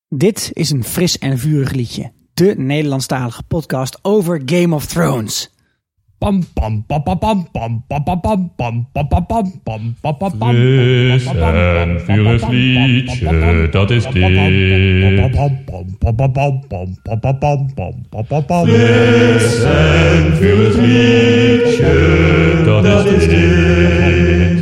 Dit is een fris en vurig liedje. De Nederlandstalige podcast over Game of Thrones. Pam pam pam pam pam pam pam pam pam pam pam pam pam pam pam pam pam. Fris en vurig liedje, dat is dit. Fris en vurig liedje, dat is dit.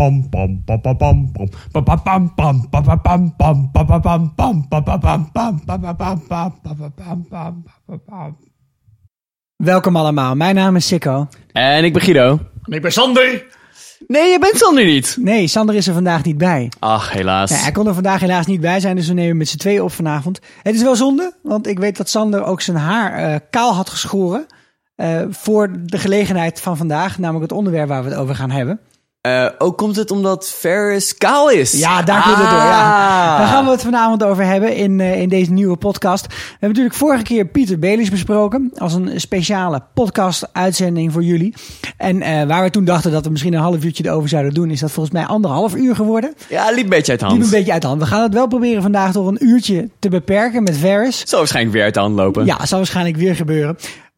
Welkom allemaal, mijn naam is Sikko. En ik ben Guido. En ik ben Sander. Nee, je bent Sander niet. Nee, Sander is er vandaag niet bij. Ach, helaas. Ja, hij kon er vandaag helaas niet bij zijn, dus we nemen met z'n tweeën op vanavond. Het is wel zonde, want ik weet dat Sander ook zijn haar kaal had geschoren. Voor de gelegenheid van vandaag, namelijk het onderwerp waar we het over gaan hebben. Ook komt het omdat Ferris kaal is? Ja, daar komt het door. Ja. Daar gaan we het vanavond over hebben in deze nieuwe podcast. We hebben natuurlijk vorige keer Peter Baelish besproken als een speciale podcast-uitzending voor jullie. En waar we toen dachten dat we misschien een half uurtje erover zouden doen, is dat volgens mij 1,5 uur geworden. Ja, liep een beetje uit de hand. Liep een beetje uit de hand. We gaan het wel proberen vandaag toch een uurtje te beperken met Varys. Zal waarschijnlijk weer uit de hand lopen. Ja, zal waarschijnlijk weer gebeuren.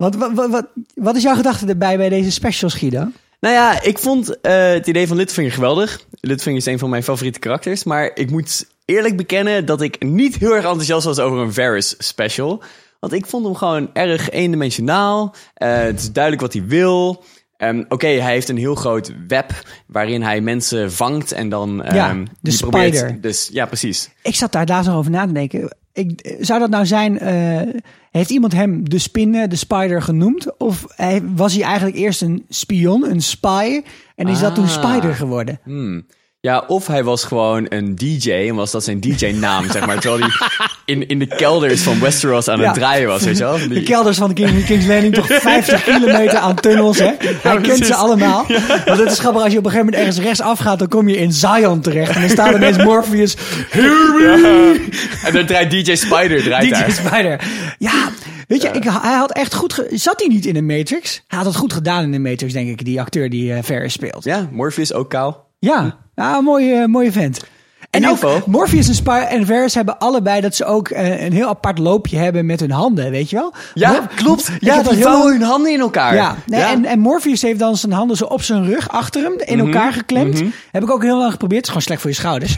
Wat is jouw gedachte erbij bij deze specials, Guido? Nou ja, ik vond het idee van Littlefinger geweldig. Littlefinger is een van mijn favoriete karakters. Maar ik moet eerlijk bekennen dat ik niet heel erg enthousiast was over een Varys special. Want ik vond hem gewoon erg eendimensionaal. Het is duidelijk wat hij wil. Oké, hij heeft een heel groot web waarin hij mensen vangt en dan de spider. Dus ja, precies. Ik zat daar laatst nog over na te denken. Zou dat nou zijn, heeft iemand hem de spin, de spider genoemd? Of was hij eigenlijk eerst een spion, een spy? En is dat toen spider geworden? Ja, of hij was gewoon een DJ en was dat zijn DJ-naam, zeg maar. Terwijl hij in de kelders van Westeros aan het draaien was, weet je wel? De kelders van de King's Landing, toch 50 kilometer aan tunnels, hè? Hij kent ze allemaal. Ja. Want het is grappig, als je op een gegeven moment ergens rechtsaf gaat, dan kom je in Zion terecht. En dan staat ineens Morpheus, hear me! Ja. En dan draait DJ Spider, DJ Spider. Ja, weet je, hij had echt goed... Zat hij niet in de Matrix? Hij had het goed gedaan in de Matrix, denk ik, die acteur die Varys speelt. Ja, Morpheus ook kaal. Ja, een mooie vent. En ook Morpheus en Varys hebben allebei dat ze ook een heel apart loopje hebben met hun handen, weet je wel? Ja, klopt. Ja, die vouwen hun handen in elkaar. Ja, en Morpheus heeft dan zijn handen zo op zijn rug achter hem in elkaar geklemd. Heb ik ook heel lang geprobeerd. Het is gewoon slecht voor je schouders.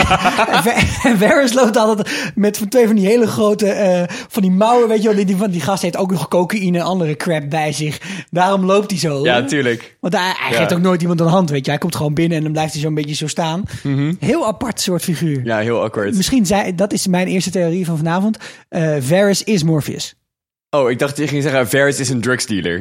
En Varys loopt altijd met twee van die hele grote van die mouwen, weet je wel. Die gast heeft ook nog cocaïne en andere crap bij zich. Daarom loopt hij zo. Ja, tuurlijk. Want hij geeft ook nooit iemand een hand, weet je. Hij komt gewoon binnen en dan blijft hij zo een beetje zo staan. Heel apart soort figuur. Ja, heel awkward. Misschien dat is mijn eerste theorie van vanavond. Varys is Morpheus. Oh, ik dacht dat je ging zeggen Varys is een drugsdealer.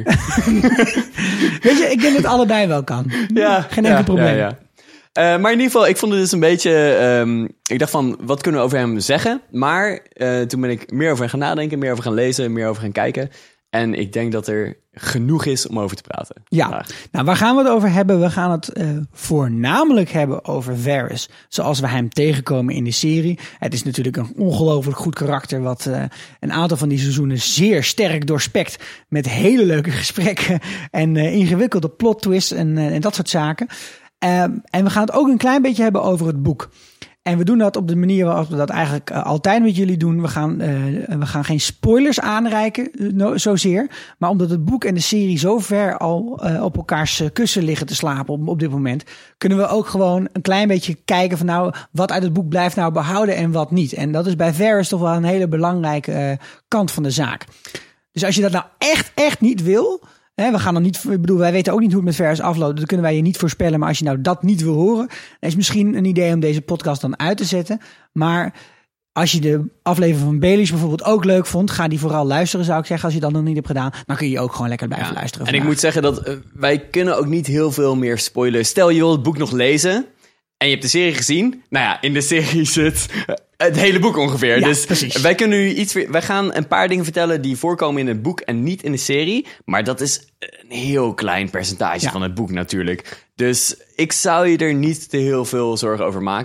Weet je, ik denk dat het allebei wel kan. Ja, geen enkel probleem. Ja. Maar in ieder geval, ik vond het dus een beetje... ik dacht van, wat kunnen we over hem zeggen? Maar toen ben ik meer over hem gaan nadenken, meer over gaan lezen, meer over gaan kijken. En ik denk dat er genoeg is om over te praten. Ja, vandaag. Nou, waar gaan we het over hebben? We gaan het voornamelijk hebben over Varys. Zoals we hem tegenkomen in de serie. Het is natuurlijk een ongelooflijk goed karakter. Wat een aantal van die seizoenen zeer sterk doorspekt. Met hele leuke gesprekken. En ingewikkelde plot twists en dat soort zaken. En we gaan het ook een klein beetje hebben over het boek. En we doen dat op de manier waarop we dat eigenlijk altijd met jullie doen. We gaan geen spoilers aanreiken, zozeer. Maar omdat het boek en de serie zo ver al op elkaars kussen liggen te slapen op dit moment, kunnen we ook gewoon een klein beetje kijken van nou, wat uit het boek blijft nou behouden en wat niet. En dat is bij Varys toch wel een hele belangrijke kant van de zaak. Dus als je dat nou echt niet wil... we gaan dan niet, wij weten ook niet hoe het met Varys afloopt. Dat kunnen wij je niet voorspellen. Maar als je nou dat niet wil horen, dan is misschien een idee om deze podcast dan uit te zetten. Maar als je de aflevering van Baelish bijvoorbeeld ook leuk vond, ga die vooral luisteren, zou ik zeggen. Als je dat nog niet hebt gedaan, dan kun je ook gewoon lekker blijven luisteren. En ik moet zeggen dat wij kunnen ook niet heel veel meer spoileren. Stel je wil het boek nog lezen en je hebt de serie gezien. Nou ja, in de serie zit het hele boek ongeveer. Ja, dus precies. Wij gaan een paar dingen vertellen die voorkomen in het boek en niet in de serie. Maar dat is een heel klein percentage van het boek natuurlijk. Dus ik zou je er niet te heel veel zorgen over maken.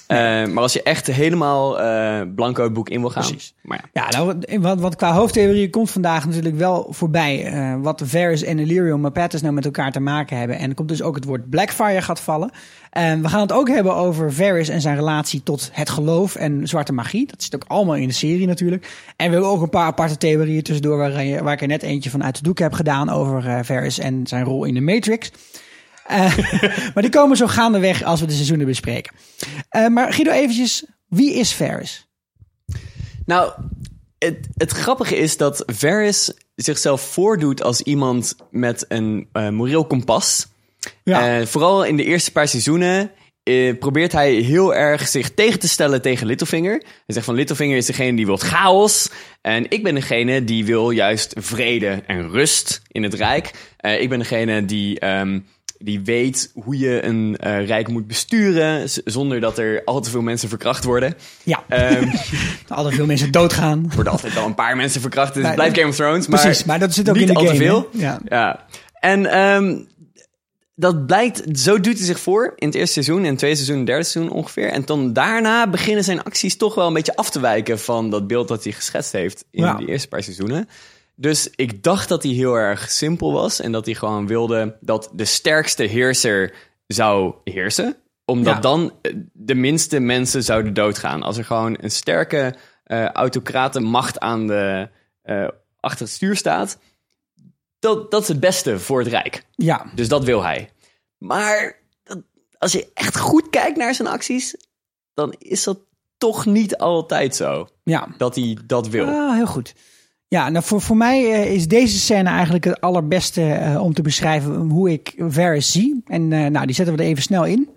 Maar als je echt helemaal blanco het boek in wil gaan... Precies. Maar Ja, nou, wat qua hoofdtheorie komt vandaag natuurlijk wel voorbij. Wat Varys en Illyrio Mopatis nou met elkaar te maken hebben. En er komt dus ook het woord Blackfire gaat vallen. We gaan het ook hebben over Varys en zijn relatie tot het geloof en zwarte magie. Dat zit ook allemaal in de serie natuurlijk. En we hebben ook een paar aparte theorieën tussendoor... waar ik er net eentje van uit de doek heb gedaan over Varys en zijn rol in de Matrix. Maar die komen zo gaandeweg als we de seizoenen bespreken. Maar Guido, eventjes, wie is Varys? Nou, het grappige is dat Varys zichzelf voordoet als iemand met een moreel kompas. Ja. Vooral in de eerste paar seizoenen probeert hij heel erg zich tegen te stellen tegen Littlefinger. Hij zegt van Littlefinger is degene die wil chaos. En ik ben degene die wil juist vrede en rust in het Rijk. Ik ben degene die weet hoe je een rijk moet besturen zonder dat er al te veel mensen verkracht worden. Ja, al te veel mensen doodgaan. Er worden altijd wel een paar mensen verkracht, dus het blijft Game of Thrones. Maar precies, maar dat zit ook niet in de al game. Te veel. Ja. En dat blijkt, zo doet hij zich voor in het eerste seizoen, in het tweede seizoen, en derde seizoen ongeveer. En dan daarna beginnen zijn acties toch wel een beetje af te wijken van dat beeld dat hij geschetst heeft in die eerste paar seizoenen. Dus ik dacht dat hij heel erg simpel was en dat hij gewoon wilde dat de sterkste heerser zou heersen. Omdat dan de minste mensen zouden doodgaan. Als er gewoon een sterke autocratenmacht aan achter het stuur staat, dat is het beste voor het Rijk. Ja. Dus dat wil hij. Maar als je echt goed kijkt naar zijn acties, dan is dat toch niet altijd zo. Ja. Dat hij dat wil. Ah, heel goed. Ja, nou voor mij is deze scène eigenlijk het allerbeste om te beschrijven hoe ik Varys zie. En die zetten we er even snel in.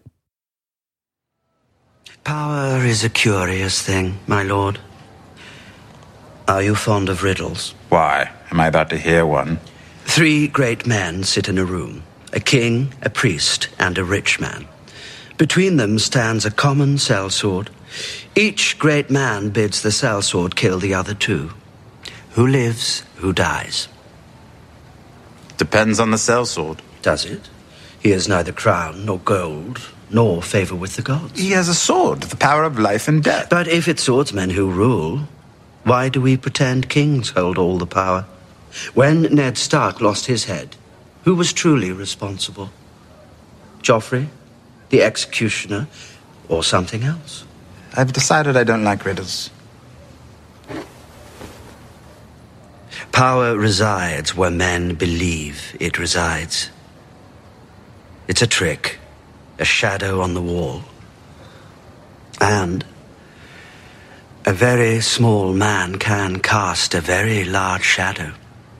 Power is a curious thing, my lord. Are you fond of riddles? Why? Am I about to hear one? 3 great men sit in a room. A king, a priest, and a rich man. Between them stands a common sellsword. Each great man bids the sellsword kill the other 2. Who lives, who dies? Depends on the sellsword. Does it? He has neither crown nor gold, nor favor with the gods. He has a sword, the power of life and death. But if it's swordsmen who rule, why do we pretend kings hold all the power? When Ned Stark lost his head, who was truly responsible? Joffrey, the executioner, or something else? I've decided I don't like riddles. Power resides where men believe it resides. It's a trick, a shadow on the wall. And a very small man can cast a very large shadow.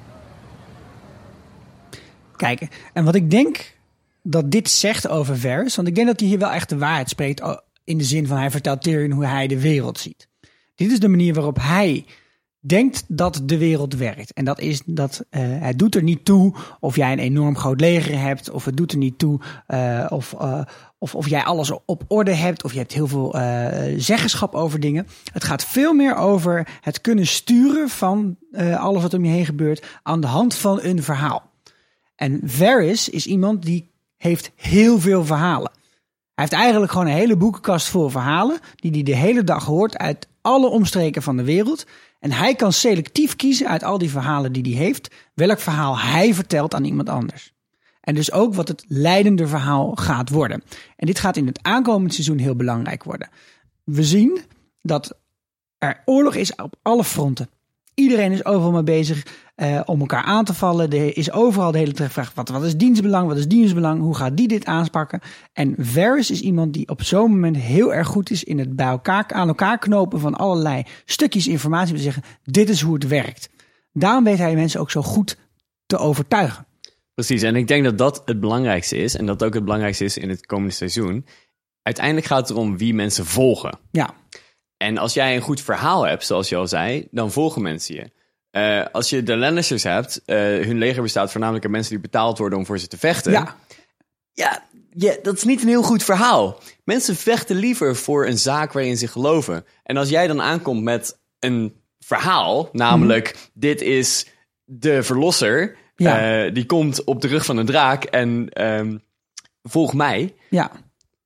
Kijk, en wat ik denk dat dit zegt over Varys, want ik denk dat hij hier wel echt de waarheid spreekt in de zin van hij vertelt Tyrion hoe hij de wereld ziet. Dit is de manier waarop hij denkt dat de wereld werkt. En dat is dat het doet er niet toe of jij een enorm groot leger hebt, of het doet er niet toe of jij alles op orde hebt, of je hebt heel veel zeggenschap over dingen. Het gaat veel meer over het kunnen sturen van alles wat om je heen gebeurt aan de hand van een verhaal. En Varys is iemand die heeft heel veel verhalen. Hij heeft eigenlijk gewoon een hele boekenkast vol verhalen die hij de hele dag hoort uit alle omstreken van de wereld. En hij kan selectief kiezen uit al die verhalen die hij heeft, welk verhaal hij vertelt aan iemand anders. En dus ook wat het leidende verhaal gaat worden. En dit gaat in het aankomend seizoen heel belangrijk worden. We zien dat er oorlog is op alle fronten. Iedereen is overal mee bezig om elkaar aan te vallen. Er is overal de hele tijd vraag, wat is dienstbelang, wat is dienstbelang, hoe gaat die dit aanpakken? En Varys is iemand die op zo'n moment heel erg goed is in het aan elkaar knopen van allerlei stukjes informatie. Om te zeggen, dit is hoe het werkt. Daarom weet hij mensen ook zo goed te overtuigen. Precies, en ik denk dat dat het belangrijkste is. En dat ook het belangrijkste is in het komende seizoen. Uiteindelijk gaat het erom wie mensen volgen. Ja. En als jij een goed verhaal hebt, zoals je al zei, dan volgen mensen je. Als je de Lannisters hebt, hun leger bestaat voornamelijk uit mensen die betaald worden om voor ze te vechten. Ja, dat is niet een heel goed verhaal. Mensen vechten liever voor een zaak waarin ze geloven. En als jij dan aankomt met een verhaal, namelijk dit is de verlosser, die komt op de rug van een draak en volg mij. Ja.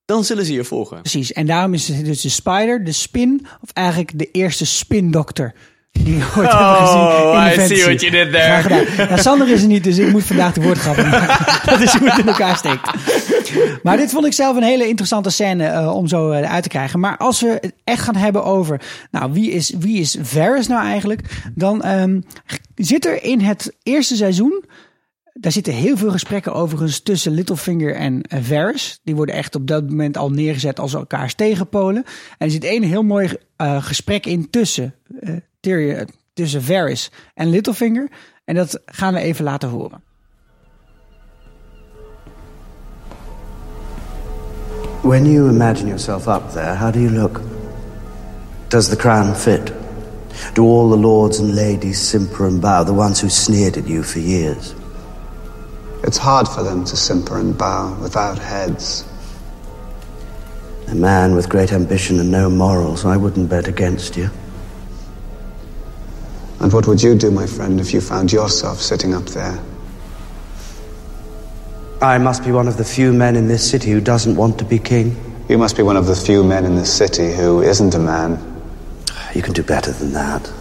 dan zullen ze je volgen. Precies, en daarom is het dus de Spider, de Spin, of eigenlijk de eerste Spin-dokter die we ooit hebben gezien in de I fantasy. see what you did there. Graag gedaan. Nou, Sander is er niet, dus ik moet vandaag de woordgrappen maken. Dat is hoe het in elkaar steekt. Maar dit vond ik zelf een hele interessante scène om zo uit te krijgen. Maar als we het echt gaan hebben over, nou, wie is Varys nou eigenlijk? Dan zit er in het eerste seizoen, daar zitten heel veel gesprekken overigens tussen Littlefinger en Varys. Die worden echt op dat moment al neergezet als elkaars tegenpolen. En er zit één heel mooi gesprek in tussen Varys en Littlefinger. En dat gaan we even laten horen. When you imagine yourself up there, how do you look? Does the crown fit? Do all the lords and ladies simper and bow, the ones who sneered at you for years? It's hard for them to simper and bow without heads. A man with great ambition and no morals, I wouldn't bet against you. And what would you do, my friend, if you found yourself sitting up there? I must be one of the few men in this city who doesn't want to be king. You must be one of the few men in this city who isn't a man. You can do better than that.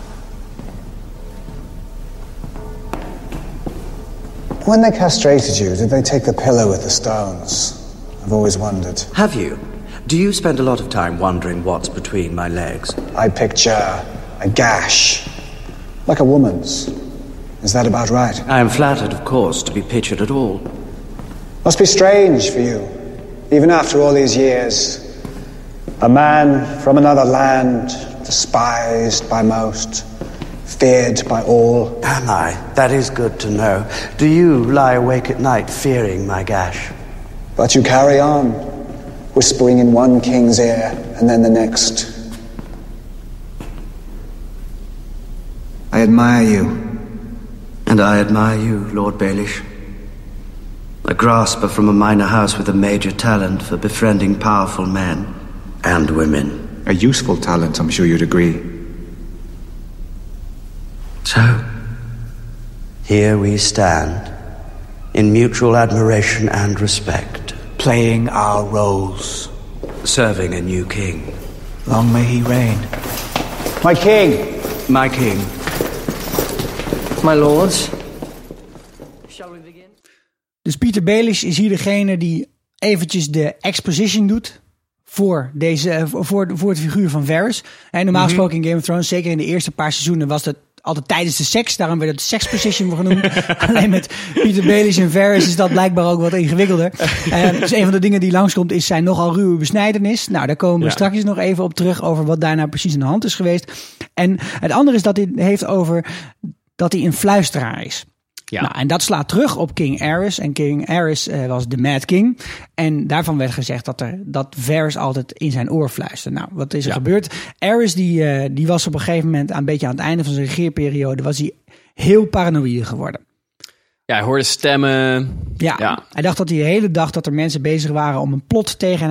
When they castrated you, did they take the pillow with the stones? I've always wondered. Have you? Do you spend a lot of time wondering what's between my legs? I picture a gash, like a woman's. Is that about right? I am flattered, of course, to be pictured at all. Must be strange for you, even after all these years. A man from another land, despised by most, feared by all. Am I? That is good to know. Do you lie awake at night fearing my gash? But you carry on, whispering in one king's ear and then the next. I admire you. And I admire you, Lord Baelish. A grasper from a minor house with a major talent for befriending powerful men and women. A useful talent, I'm sure you'd agree. So, here we stand, in mutual admiration and respect. Playing our roles. Serving a new king. Long may he reign. My king! My king. My lords. Dus Peter Baelish is hier degene die eventjes de exposition doet voor het figuur van Varys. En normaal gesproken in Game of Thrones, zeker in de eerste paar seizoenen, was dat altijd tijdens de seks. Daarom werd het sexposition genoemd. Alleen met Peter Baelish en Varys is dat blijkbaar ook wat ingewikkelder. Dus een van de dingen die langskomt is zijn nogal ruwe besnijdenis. Nou, daar komen we straks nog even op terug over wat daar nou precies aan de hand is geweest. En het andere is dat hij heeft over dat hij een fluisteraar is. Ja. Nou, en dat slaat terug op King Aerys. En King Aerys was de Mad King. En daarvan werd gezegd dat Varys altijd in zijn oor fluisterde. Nou, wat is er gebeurd? Aerys die was op een gegeven moment, een beetje aan het einde van zijn regeerperiode, was hij heel paranoïde geworden. Ja, hij hoorde stemmen. Ja, hij dacht dat hij de hele dag dat er mensen bezig waren om een plot tegen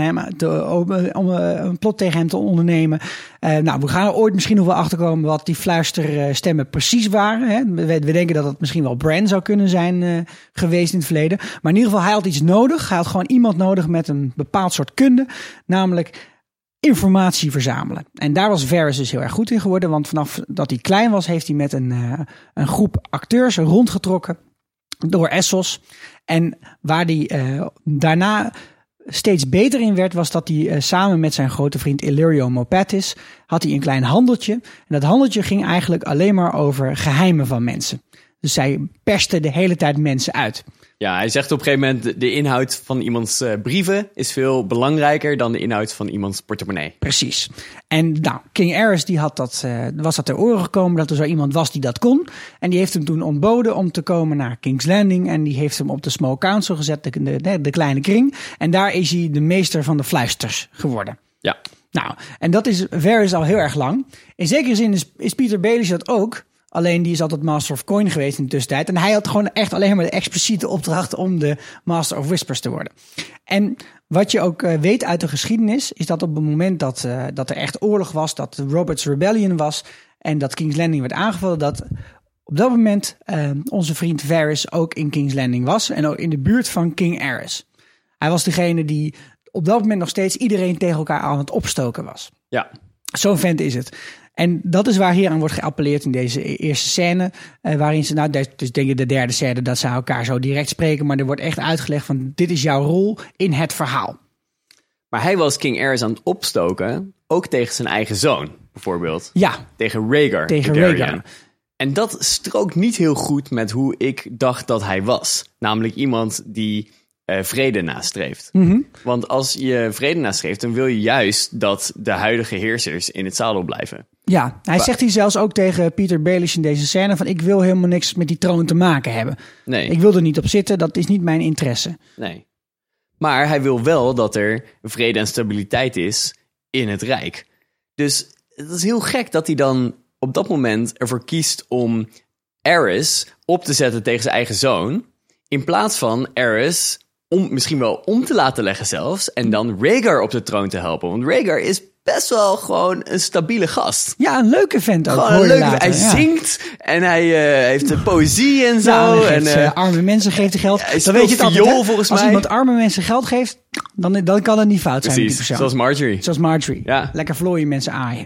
hem te ondernemen. Nou, we gaan er ooit misschien nog wel achterkomen wat die fluisterstemmen precies waren. Hè? We denken dat het misschien wel Bran zou kunnen zijn geweest in het verleden. Maar in ieder geval, hij had iets nodig. Hij had gewoon iemand nodig met een bepaald soort kunde. Namelijk informatie verzamelen. En daar was Varys dus heel erg goed in geworden. Want vanaf dat hij klein was, heeft hij met een groep acteurs rondgetrokken door Essos. En waar hij daarna steeds beter in werd, was dat hij samen met zijn grote vriend Illyrio Mopatis had hij een klein handeltje. En dat handeltje ging eigenlijk alleen maar over geheimen van mensen. Dus zij perste de hele tijd mensen uit. Ja, hij zegt op een gegeven moment, de inhoud van iemands brieven is veel belangrijker dan de inhoud van iemands portemonnee. Precies. En nou, King Aerys die was dat ter oren gekomen dat er zo iemand was die dat kon. En die heeft hem toen ontboden om te komen naar King's Landing. En die heeft hem op de Small Council gezet, de kleine kring. En daar is hij de meester van de fluisters geworden. Ja. Nou, en dat is Varys al heel erg lang. In zekere zin is Peter Baelish dat ook. Alleen die is altijd Master of Coin geweest in de tussentijd. En hij had gewoon echt alleen maar de expliciete opdracht om de Master of Whispers te worden. En wat je ook weet uit de geschiedenis, is dat op het moment dat er echt oorlog was, dat Robert's Rebellion was en dat King's Landing werd aangevallen, dat op dat moment onze vriend Varys ook in King's Landing was en ook in de buurt van King Aerys. Hij was degene die op dat moment nog steeds iedereen tegen elkaar aan het opstoken was. Ja. Zo'n vent is het. En dat is waar hier aan wordt geappelleerd in deze eerste scène. Waarin ze, dus denk ik de derde scène, dat ze elkaar zo direct spreken. Maar er wordt echt uitgelegd van, dit is jouw rol in het verhaal. Maar hij was King Aerys aan het opstoken, ook tegen zijn eigen zoon, bijvoorbeeld. Ja. Tegen Rhaegar. Tegen Rhaegar. En dat strookt niet heel goed met hoe ik dacht dat hij was. Namelijk iemand die vrede nastreeft. Mm-hmm. Want als je vrede nastreeft, dan wil je juist dat de huidige heersers in het zadel blijven. Ja, hij zegt hier zelfs ook tegen Peter Baelish in deze scène van, ik wil helemaal niks met die troon te maken hebben. Nee. Ik wil er niet op zitten, dat is niet mijn interesse. Nee. Maar hij wil wel dat er vrede en stabiliteit is in het Rijk. Dus het is heel gek dat hij dan op dat moment ervoor kiest om Aerys op te zetten tegen zijn eigen zoon, in plaats van Aerys misschien wel om te laten leggen zelfs, en dan Rhaegar op de troon te helpen. Want Rhaegar is best wel gewoon een stabiele gast. Ja, een leuke vent ook. Gewoon een leuke, hij zingt en hij heeft de poëzie en zo. Ja, en geeft, arme mensen geeft hij geld. Hij Dan weet je het altijd, viool, volgens als mij. iemand arme mensen geld geeft, dan kan het niet fout zijn met die persoon. Zoals Marjorie. Zoals Marjorie. Ja. Lekker vlooien mensen aaien.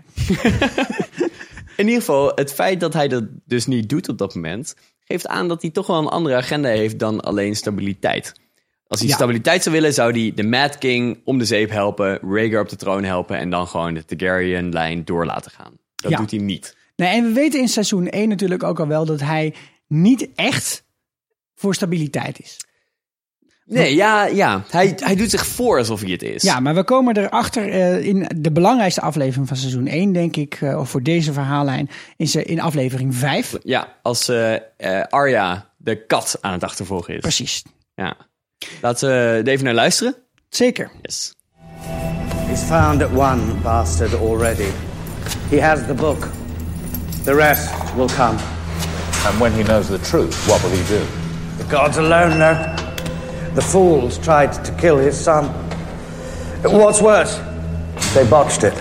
In ieder geval, het feit dat hij dat dus niet doet op dat moment, geeft aan dat hij toch wel een andere agenda heeft dan alleen stabiliteit. Als hij stabiliteit zou willen, zou hij de Mad King om de zeep helpen, Rhaegar op de troon helpen en dan gewoon de Targaryen-lijn door laten gaan. Dat doet hij niet. Nee, en we weten in seizoen 1 natuurlijk ook al wel dat hij niet echt voor stabiliteit is. Nee, ja. Hij doet zich voor alsof hij het is. Ja, maar we komen erachter in de belangrijkste aflevering van seizoen 1, denk ik, of voor deze verhaallijn, is in aflevering 5. Ja, als Arya de kat aan het achtervolgen is. Precies. Ja. Laten we er even naar luisteren. Zeker. Yes. He's found one bastard already. He has the book. The rest will come. And when he knows the truth, what will he do? The gods alone know. The fools tried to kill his son. What's worse, they botched it.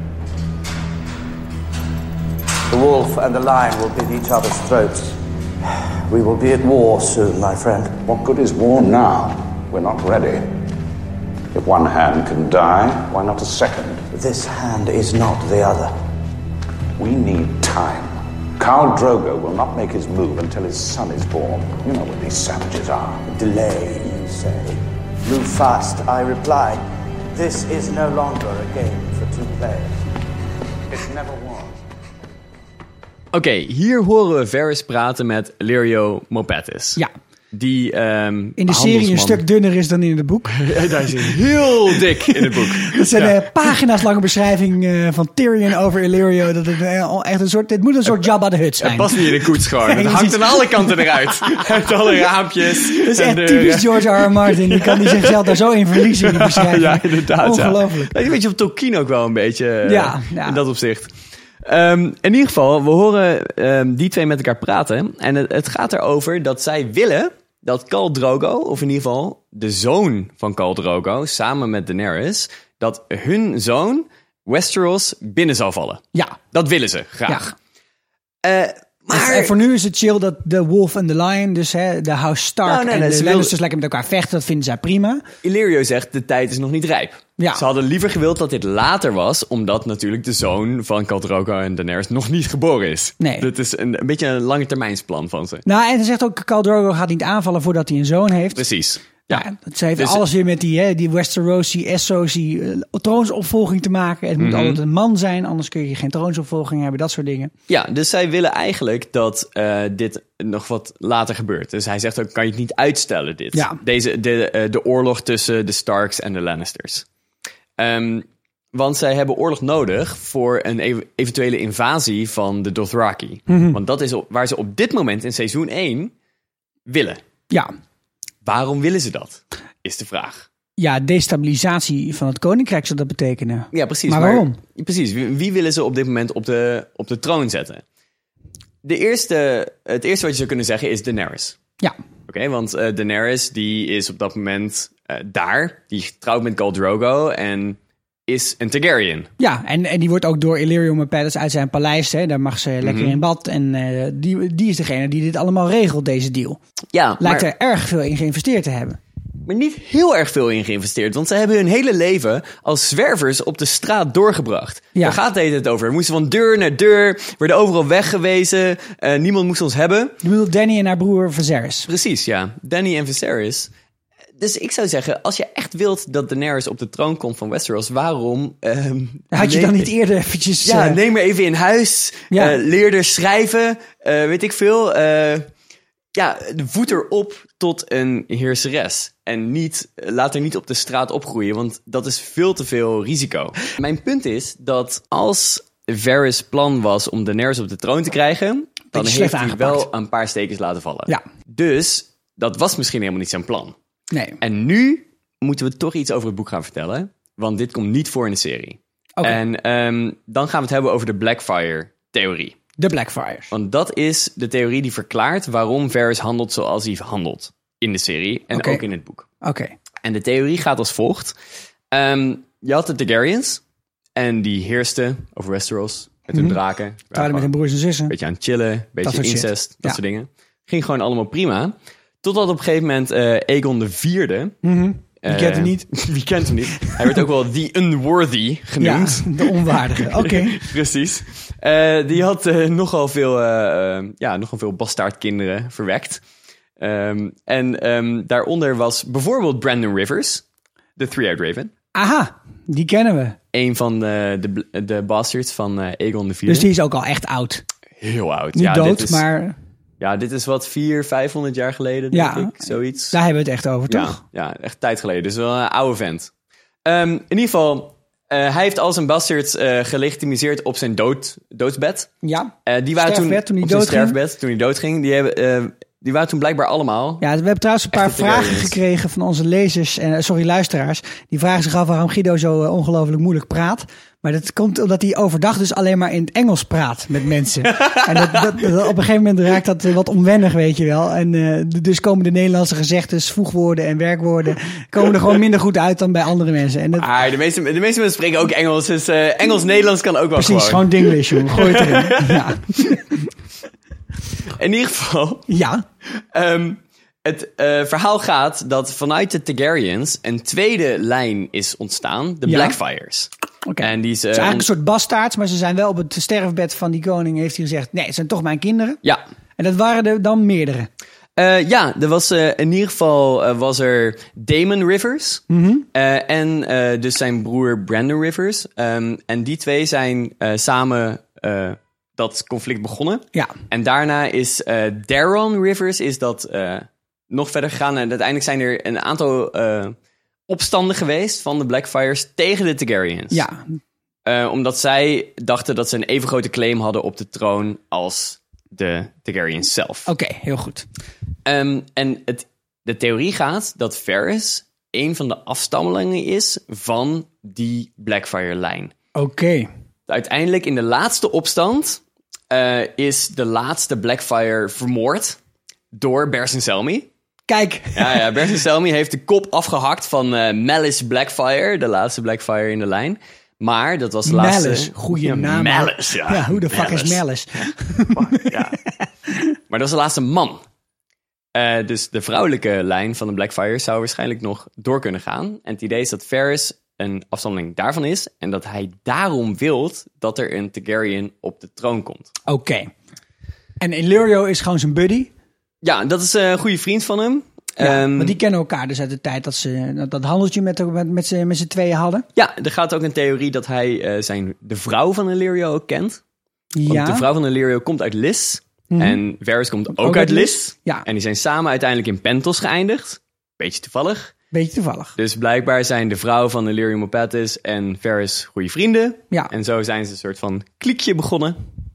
The wolf and the lion will bid each other's throats. We will be at war soon, my friend. What good is war now? We're not ready. If one hand can die, why not a second? This hand is not the other. We need time. Khal Drogo will not make his move until his son is born. You know what these savages are. Delay, you say. Move fast, I reply. This is no longer a game for two players. It never was. Oké, hier horen we Varys praten met Illyrio Mopatis. Ja. Die in de serie een stuk dunner is dan in het boek. Daar is hij heel dik in het boek. Dat zijn pagina's lange beschrijving van Tyrion over Illyrio. Dat het echt een soort, dit moet een soort Jabba de Hutt zijn. Het past niet in de koets gewoon. Het hangt aan alle kanten eruit. Uit alle raampjes. Dat is echt typisch George R. R. Martin. Die kan zichzelf daar zo in verliezen in die beschrijving. Ja, inderdaad. Ongelooflijk. Ja. Een beetje op Tolkien ook wel een beetje. Ja. In dat opzicht. In ieder geval, we horen die twee met elkaar praten. En het gaat erover dat zij willen dat Khal Drogo, of in ieder geval de zoon van Khal Drogo, samen met Daenerys, dat hun zoon Westeros binnen zal vallen. Ja. Dat willen ze graag. Ja. Maar en voor nu is het chill dat de Wolf en de Lion, dus de House Stark en de Lannisters lekker met elkaar vechten. Dat vinden zij prima. Illyrio zegt, de tijd is nog niet rijp. Ja. Ze hadden liever gewild dat dit later was, omdat natuurlijk de zoon van Khal Drogo en Daenerys nog niet geboren is. Nee. Dat is een beetje een lange termijnsplan van ze. Nou, en hij zegt ook, Khal Drogo gaat niet aanvallen voordat hij een zoon heeft. Precies. Ja, ze heeft alles weer met die Westerosi, Essosi troonsopvolging te maken. Het moet altijd een man zijn, anders kun je geen troonsopvolging hebben, dat soort dingen. Ja, dus zij willen eigenlijk dat dit nog wat later gebeurt. Dus hij zegt ook, kan je het niet uitstellen dit? Ja. De oorlog tussen de Starks en de Lannisters. Want zij hebben oorlog nodig voor een eventuele invasie van de Dothraki. Want dat is waar ze op dit moment in seizoen 1 willen. Ja. Waarom willen ze dat? Is de vraag. Ja, destabilisatie van het koninkrijk zou dat betekenen. Ja, precies. Maar waarom? Precies. Wie willen ze op dit moment op de troon zetten? Het eerste wat je zou kunnen zeggen is Daenerys. Ja. Oké, want Daenerys die is op dat moment daar. Die trouwt met Khal Drogo en is een Targaryen. Ja, en die wordt ook door Illyrio Mopatis uit zijn paleis. Daar mag ze lekker in bad. En die is degene die dit allemaal regelt, deze deal. Ja, Lijkt er erg veel in geïnvesteerd te hebben. maar niet heel erg veel in geïnvesteerd. Want ze hebben hun hele leven als zwervers op de straat doorgebracht. Ja. Daar gaat het over. We moesten van deur naar deur, werden overal weggewezen. Niemand moest ons hebben. Je bedoelt Dany en haar broer Viserys. Precies, ja. Dany en Viserys. Dus ik zou zeggen, als je echt wilt dat Daenerys op de troon komt van Westeros, waarom... Had je dan niet eerder eventjes... Ja, neem haar even in huis. Ja. Leer er schrijven. Weet ik veel. Voed er op tot een heerseres. En laat haar niet op de straat opgroeien, want dat is veel te veel risico. Mijn punt is dat als Varys' plan was om Daenerys op de troon te krijgen, dan heeft hij wel een paar stekens laten vallen. Ja. Dus dat was misschien helemaal niet zijn plan. Nee. En nu moeten we toch iets over het boek gaan vertellen, want dit komt niet voor in de serie. Okay. En dan gaan we het hebben over de Blackfyre-theorie. De Blackfyres. Want dat is de theorie die verklaart waarom Varys handelt zoals hij handelt in de serie en ook in het boek. Oké. En de theorie gaat als volgt. Je had de Targaryens en die heersten over Westeros met hun draken. Trouwden met hun broers en zussen. Een beetje aan het chillen, een beetje incest, dat soort dingen. Ging gewoon allemaal prima. Totdat op een gegeven moment Aegon IV... Wie kent hem niet? Wie kent hem niet? Hij werd ook wel The Unworthy genoemd. Ja, de onwaardige. Oké. Precies. Die had nogal veel bastaardkinderen verwekt. Daaronder was bijvoorbeeld Brandon Rivers, de Three-Eyed Raven. Aha, die kennen we. Een van de bastards van Aegon IV. Dus die is ook al echt oud. Heel oud. Niet dood, maar... Ja, dit is wat 400-500 jaar geleden, denk ik. Zoiets. Daar hebben we het echt over, toch? Ja, echt tijd geleden. Dus wel een oude vent. In ieder geval, hij heeft al zijn bastards gelegitimiseerd op zijn doodsbed. Ja, die waren toen hij doodging. Die waren toen blijkbaar allemaal... Ja, we hebben trouwens een paar vragen gekregen van onze lezers en luisteraars. Die vragen zich af waarom Guido zo ongelooflijk moeilijk praat. Maar dat komt omdat hij overdag dus alleen maar in het Engels praat met mensen. En dat op een gegeven moment raakt dat wat onwennig, weet je wel. En dus komen de Nederlandse gezegdes, voegwoorden en werkwoorden... komen er gewoon minder goed uit dan bij andere mensen. En de meeste mensen spreken ook Engels. Dus Engels-Nederlands kan ook wel precies, gewoon Dinglish, jongen. Gooi het erin. Ja. In ieder geval... Ja. Het verhaal gaat dat vanuit de Targaryens een tweede lijn is ontstaan. De Blackfyres. Okay. En die is het is eigenlijk een soort bastaards, maar ze zijn wel op het sterfbed van die koning, heeft hij gezegd, nee, het zijn toch mijn kinderen. Ja. En dat waren er dan meerdere. Er was in ieder geval was er Daemon Rivers en dus zijn broer Brandon Rivers. En die twee zijn samen dat conflict begonnen. Ja. En daarna is Daeron Rivers is dat nog verder gegaan. En uiteindelijk zijn er een aantal opstanden geweest van de Blackfyres tegen de Targaryens. Ja. Omdat zij dachten dat ze een even grote claim hadden op de troon als de Targaryens zelf. Oké, heel goed. En de theorie gaat dat Varys een van de afstammelingen is van die Blackfyre-lijn. Oké. Uiteindelijk in de laatste opstand is de laatste Blackfyre vermoord door Bersen Selmy. Kijk. Ja, Bersen Selmy heeft de kop afgehakt van Malice Blackfyre, de laatste Blackfyre in de lijn. Maar dat was de laatste... Malice, goede naam. Malice, ja. Ja, hoe de fuck is Malice? Ja. Maar dat was de laatste man. Dus de vrouwelijke lijn van de Blackfyre zou waarschijnlijk nog door kunnen gaan. En het idee is dat Varys een afstammeling daarvan is. En dat hij daarom wilt dat er een Targaryen op de troon komt. Oké. En Illyrio is gewoon zijn buddy? Ja, dat is een goede vriend van hem. Ja, maar die kennen elkaar dus uit de tijd dat ze dat handeltje met z'n tweeën hadden. Ja, er gaat ook een theorie dat hij de vrouw van Illyrio ook kent. Ja. Want de vrouw van Illyrio komt uit Lys. En Varys komt ook uit Lys. Ja. En die zijn samen uiteindelijk in Pentos geëindigd. Beetje toevallig. Dus blijkbaar zijn de vrouw van Illyrio Mopatis en Varys goede vrienden. Ja. En zo zijn ze een soort van kliekje begonnen.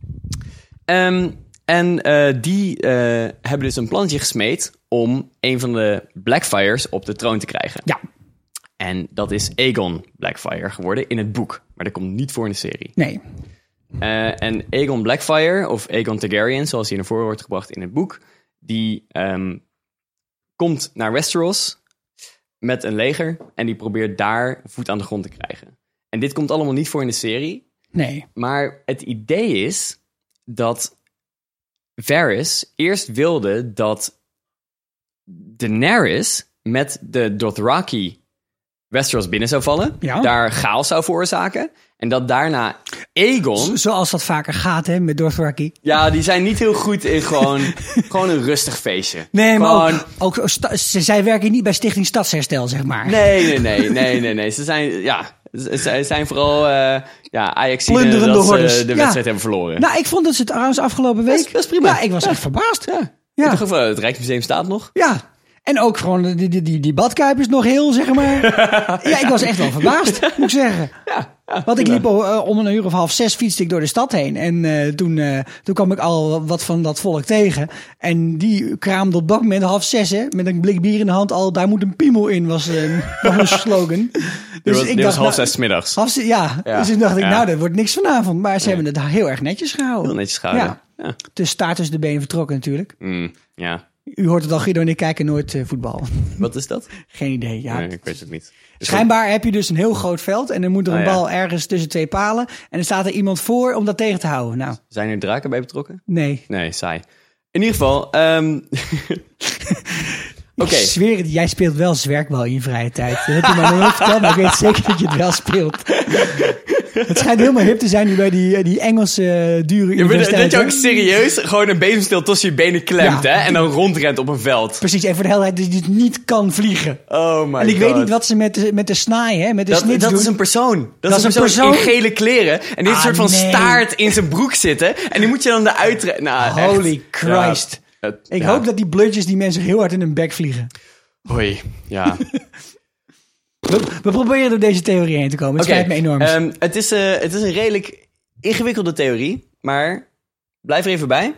Die hebben dus een plantje gesmeed om een van de Blackfyres op de troon te krijgen. Ja. En dat is Aegon Blackfyre geworden in het boek. Maar dat komt niet voor in de serie. Nee. En Aegon Blackfyre, of Aegon Targaryen, zoals hij naar voren wordt gebracht in het boek, die komt naar Westeros met een leger en die probeert daar voet aan de grond te krijgen. En dit komt allemaal niet voor in de serie. Nee. Maar het idee is dat Varys eerst wilde dat Daenerys met de Dothraki Westeros binnen zou vallen. Ja. Daar chaos zou veroorzaken. En dat daarna Aegon... Zoals dat vaker gaat, hè, met Dothraki. Ja, die zijn niet heel goed in gewoon een rustig feestje. Nee, maar gewoon... ook zij werken niet bij Stichting Stadsherstel, zeg maar. Nee. Zij zijn vooral Ajaxiden Plunderende dat hordes. ze de wedstrijd hebben verloren. Nou, ik vond dat ze het trouwens afgelopen week... Best prima. Ja, ik was echt verbaasd. Ja. Het Rijksmuseum staat nog. Ja. En ook gewoon die badkuip is nog heel, zeg maar. Ja, ik was echt wel verbaasd, moet ik zeggen. Want ik liep om 5:30 fietste ik door de stad heen. En toen kwam ik al wat van dat volk tegen. En die kraamde op dat moment 5:30 met een blik bier in de hand al. Daar moet een piemel in, was een slogan. Dus ik dacht, 5:30 's middags. Dus toen dacht ik, dat wordt niks vanavond. Maar ze hebben het heel erg netjes gehouden. Heel netjes gehouden. Ja. Dus staart tussen de benen vertrokken natuurlijk. Ja. U hoort het al, Guido en ik kijken nooit voetbal. Wat is dat? Geen idee, ja. Nee, ik weet het niet. Schijnbaar heb je dus een heel groot veld en dan moet er een bal ergens tussen 2 palen. En dan staat er iemand voor om dat tegen te houden. Nou. Zijn er draken bij betrokken? Nee. Nee, saai. In ieder geval... Oké. Ik zweer het, jij speelt wel zwerkbal in je vrije tijd. Dat heb je mij nog nooit verteld, maar ik weet zeker dat je het wel speelt. Het schijnt helemaal hip te zijn nu bij die Engelse dure universiteit. Dat je ook serieus gewoon een bezemsteel tussen je benen klemt, hè? En dan rondrent op een veld. Precies, en voor de helderheid dat je dus niet kan vliegen. Oh my god. En ik weet niet wat ze met de snaai, hè, met de snits doen. Dat is een persoon. Dat is een persoon in gele kleren. En die heeft een soort van staart in zijn broek zitten. En die moet je dan eruit trekken. Nou, Holy Christ. Ja, ik hoop dat die bludges die mensen heel hard in hun bek vliegen. Hoi, ja. We proberen door deze theorie heen te komen. Het spijt me enorm. Het is een redelijk ingewikkelde theorie, maar blijf er even bij.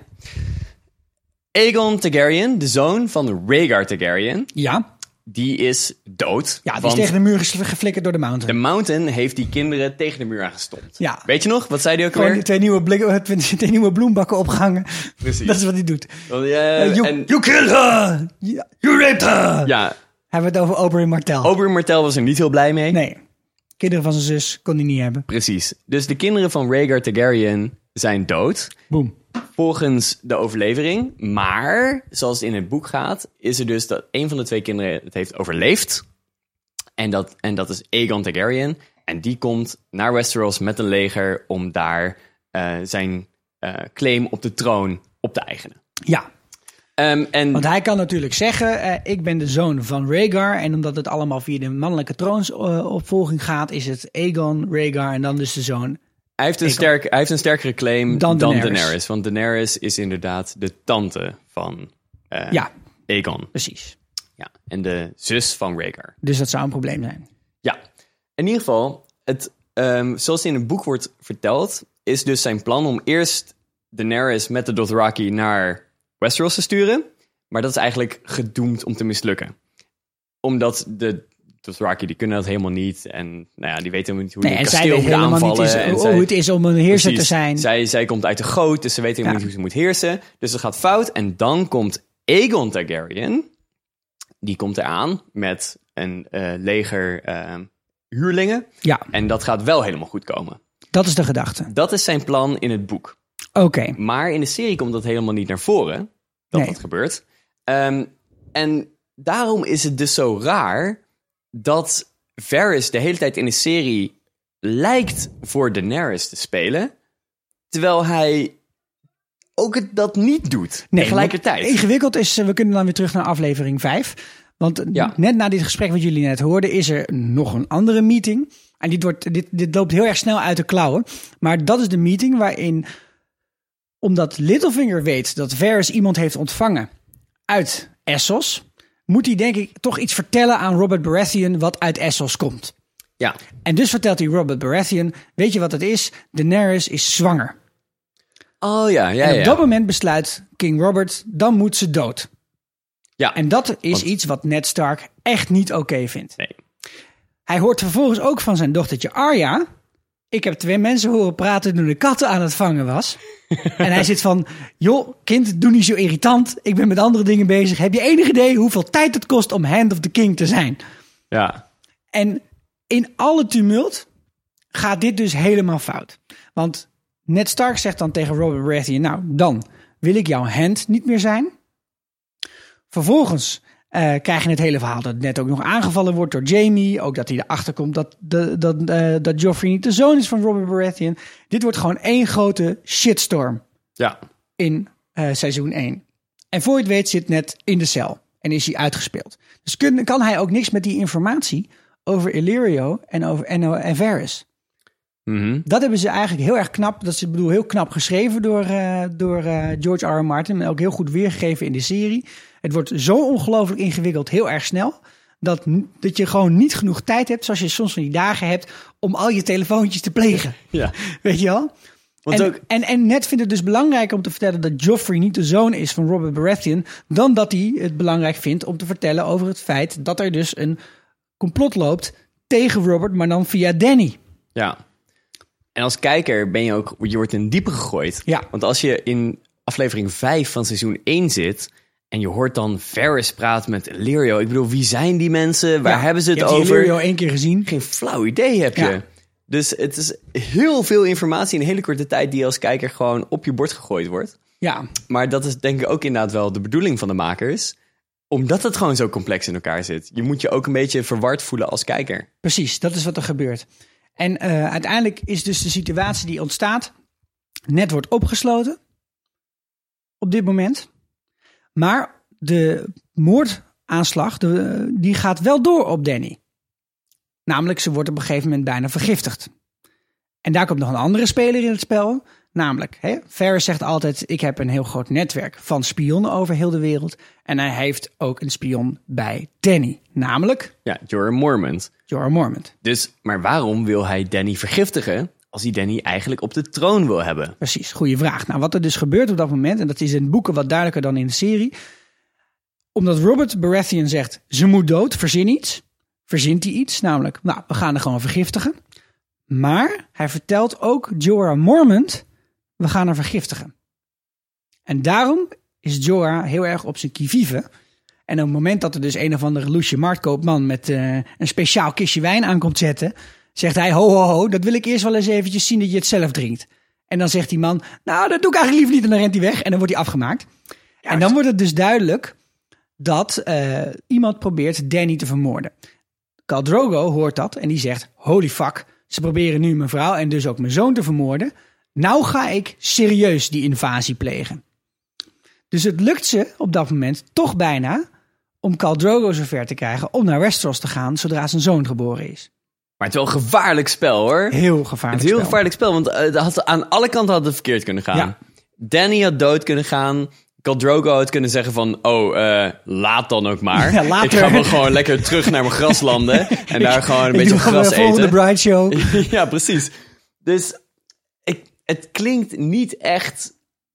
Aegon Targaryen, de zoon van Rhaegar Targaryen, die is dood. Ja, die is tegen de muur geflikkerd door de Mountain. De Mountain heeft die kinderen tegen de muur aangestompt. Ja. Weet je nog? Wat zei die ook gewoon weer? Twee nieuwe bloembakken opgehangen. Precies. Dat is wat hij doet. You killed her! You raped her! Ja. Hebben we het over Oberyn Martell. Oberyn Martell was er niet heel blij mee. Nee. Kinderen van zijn zus kon hij niet hebben. Precies. Dus de kinderen van Rhaegar Targaryen zijn dood. Boom. Volgens de overlevering. Maar, zoals het in het boek gaat, is er dus dat een van de 2 kinderen het heeft overleefd. En dat is Aegon Targaryen. En die komt naar Westeros met een leger om daar zijn claim op de troon op te eigenen. Ja. Want hij kan natuurlijk zeggen, ik ben de zoon van Rhaegar. En omdat het allemaal via de mannelijke troonsopvolging gaat, is het Aegon, Rhaegar en dan dus de zoon. Hij heeft een sterkere claim dan Daenerys. Want Daenerys is inderdaad de tante van Aegon. Precies. Ja, en de zus van Rhaegar. Dus dat zou een probleem zijn. Ja. In ieder geval, zoals in het boek wordt verteld, is dus zijn plan om eerst Daenerys met de Dothraki naar Westeros te sturen. Maar dat is eigenlijk gedoemd om te mislukken. Omdat de Dothraki, die kunnen dat helemaal niet. En die weten helemaal niet hoe die kasteel moet aanvallen. Hoe het is om een heerser te zijn. Zij komt uit de goot, dus ze weten helemaal niet hoe ze moet heersen. Dus dat gaat fout. En dan komt Aegon Targaryen. Die komt eraan met een leger huurlingen. Ja. En dat gaat wel helemaal goed komen. Dat is de gedachte. Dat is zijn plan in het boek. Oké. Maar in de serie komt dat helemaal niet naar voren. Dat gebeurt. En daarom is het dus zo raar dat Varys de hele tijd in de serie lijkt voor Daenerys te spelen, terwijl hij ook dat niet doet tegelijkertijd. Ingewikkeld is, we kunnen dan weer terug naar aflevering 5. Want net na dit gesprek wat jullie net hoorden, is er nog een andere meeting. En dit loopt heel erg snel uit de klauwen. Maar dat is de meeting waarin, omdat Littlefinger weet dat Varys iemand heeft ontvangen uit Essos, moet hij denk ik toch iets vertellen aan Robert Baratheon wat uit Essos komt. Ja. En dus vertelt hij Robert Baratheon, weet je wat het is? Daenerys is zwanger. Oh ja. En op dat moment besluit King Robert, dan moet ze dood. Ja. En dat is iets wat Ned Stark echt niet oké vindt. Nee. Hij hoort vervolgens ook van zijn dochtertje Arya, ik heb 2 mensen horen praten toen de katten aan het vangen was. En hij zit van, joh, kind, doe niet zo irritant. Ik ben met andere dingen bezig. Heb je enig idee hoeveel tijd het kost om Hand of the King te zijn? Ja. En in alle tumult gaat dit dus helemaal fout. Want Ned Stark zegt dan tegen Robert Baratheon, nou, dan wil ik jouw Hand niet meer zijn. Vervolgens krijg je het hele verhaal dat net ook nog aangevallen wordt door Jaime. Ook dat hij erachter komt dat Joffrey niet de zoon is van Robert Baratheon. Dit wordt gewoon één grote shitstorm in seizoen 1. En voor je het weet zit Ned in de cel en is hij uitgespeeld. Dus kan hij ook niks met die informatie over Illyrio en Varys. Mm-hmm. Dat hebben ze eigenlijk heel erg knap, heel knap geschreven door George R. R. Martin. En ook heel goed weergegeven in de serie. Het wordt zo ongelooflijk ingewikkeld, heel erg snel. Dat je gewoon niet genoeg tijd hebt, zoals je soms van die dagen hebt, om al je telefoontjes te plegen. Ja. Weet je wel? En Ned vindt het dus belangrijker om te vertellen dat Joffrey niet de zoon is van Robert Baratheon, dan dat hij het belangrijk vindt om te vertellen over het feit dat er dus een complot loopt tegen Robert, maar dan via Dany. Ja. En als kijker je wordt in diepe gegooid. Ja. Want als je in aflevering 5 van seizoen 1 zit en je hoort dan Varys praten met Illyrio. Ik bedoel, wie zijn die mensen? Waar hebben ze het over? Je hebt Illyrio 1 keer gezien. Geen flauw idee heb je. Ja. Dus het is heel veel informatie in een hele korte tijd die als kijker gewoon op je bord gegooid wordt. Ja. Maar dat is denk ik ook inderdaad wel de bedoeling van de makers. Omdat het gewoon zo complex in elkaar zit. Je moet je ook een beetje verward voelen als kijker. Precies, dat is wat er gebeurt. En uiteindelijk is dus de situatie die ontstaat. Ned wordt opgesloten. Op dit moment. Maar de moordaanslag die gaat wel door op Dany. Namelijk, ze wordt op een gegeven moment bijna vergiftigd. En daar komt nog een andere speler in het spel. Namelijk, Varys zegt altijd, ik heb een heel groot netwerk van spionnen over heel de wereld. En hij heeft ook een spion bij Dany. Namelijk... Ja, Jorah Mormont. Jorah Mormont. Dus, maar waarom wil hij Dany vergiftigen als hij Dany eigenlijk op de troon wil hebben? Precies, goede vraag. Nou, wat er dus gebeurt op dat moment, en dat is in boeken wat duidelijker dan in de serie. Omdat Robert Baratheon zegt, ze moet dood, verzint hij iets. Namelijk, nou, we gaan er gewoon vergiftigen. Maar hij vertelt ook Jorah Mormont, we gaan haar vergiftigen. En daarom is Jorah heel erg op zijn qui-vive. En op het moment dat er dus een of andere loesje marktkoopman met een speciaal kistje wijn aankomt zetten, zegt hij, ho, dat wil ik eerst wel eens eventjes zien dat je het zelf drinkt. En dan zegt die man, nou, dat doe ik eigenlijk liever niet en dan rent hij weg en dan wordt hij afgemaakt. Ja, en dan wordt het dus duidelijk dat iemand probeert Dany te vermoorden. Khal Drogo hoort dat en die zegt, holy fuck, ze proberen nu mijn vrouw en dus ook mijn zoon te vermoorden. Nou ga ik serieus die invasie plegen. Dus het lukt ze op dat moment toch bijna om Khal Drogo zover te krijgen om naar Westeros te gaan zodra zijn zoon geboren is. Maar het is wel een gevaarlijk spel, hoor. Heel gevaarlijk spel. Gevaarlijk spel, want aan alle kanten had het verkeerd kunnen gaan. Ja. Dany had dood kunnen gaan. Khal Drogo had kunnen zeggen van, laat dan ook maar. Ja, ik ga wel gewoon lekker terug naar mijn graslanden en daar gewoon een beetje gras eten. Volgende Bride Show. Ja, precies. Dus het klinkt niet echt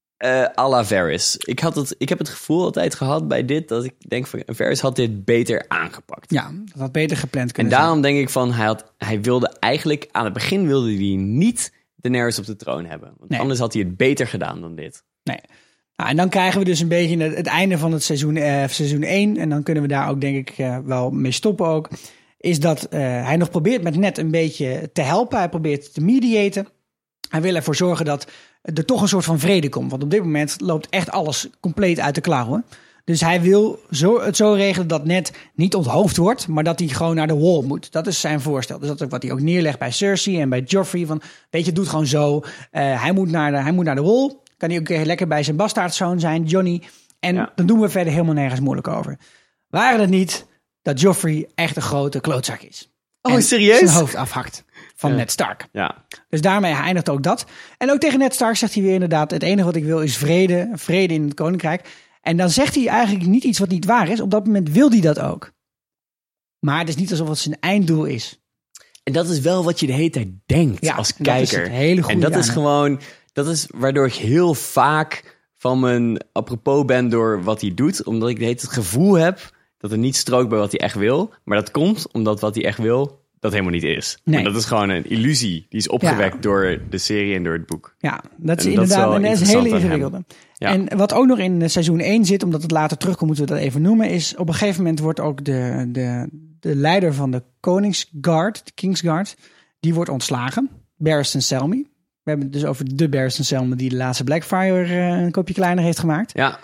à la Varys. Ik heb het gevoel altijd gehad bij dit dat ik denk van Varys had dit beter aangepakt. Ja, dat had beter gepland kunnen zijn. En daarom denk ik van hij wilde eigenlijk aan het begin wilde hij niet Daenerys op de troon hebben. Want anders had hij het beter gedaan dan dit. Nee. Nou, en dan krijgen we dus een beetje het einde van het seizoen 1. En dan kunnen we daar ook denk ik wel mee stoppen ook. Is dat hij nog probeert met Ned een beetje te helpen. Hij probeert te mediaten. Hij wil ervoor zorgen dat er toch een soort van vrede komt. Want op dit moment loopt echt alles compleet uit de klauwen. Dus hij wil het zo regelen dat Ned niet onthoofd wordt, maar dat hij gewoon naar de wall moet. Dat is zijn voorstel. Dus dat is wat hij ook neerlegt bij Cersei en bij Joffrey. Van, weet je, doe het gewoon zo. Hij moet naar de wall. Kan hij ook lekker bij zijn bastaardzoon zijn, Johnny. En dan doen we verder helemaal nergens moeilijk over. Waren het niet dat Joffrey echt een grote klootzak is. Oh, serieus? Zijn hoofd afhakt van Ned Stark. Ja. Dus daarmee eindigt ook dat. En ook tegen Ned Stark zegt hij weer inderdaad, het enige wat ik wil is vrede in het koninkrijk. En dan zegt hij eigenlijk niet iets wat niet waar is. Op dat moment wil hij dat ook. Maar het is niet alsof het zijn einddoel is. En dat is wel wat je de hele tijd denkt als kijker. Dat is het hele goede. En dat is gewoon, dat is waardoor ik heel vaak van mijn apropos ben door wat hij doet. Omdat ik de hele tijd het gevoel heb dat het niet strookt bij wat hij echt wil. Maar dat komt omdat wat hij echt wil, dat helemaal niet is. Nee. En dat is gewoon een illusie die is opgewekt door de serie en door het boek. Ja, dat is inderdaad en dat is een hele ingewikkelde. Ja. En wat ook nog in seizoen 1 zit, omdat het later terugkomt, moeten we dat even noemen, is op een gegeven moment wordt ook de leider van de Koningsguard, de Kingsguard, die wordt ontslagen. Barristan Selmy. We hebben het dus over de Barristan Selmy die de laatste Blackfyre een kopje kleiner heeft gemaakt. Ja.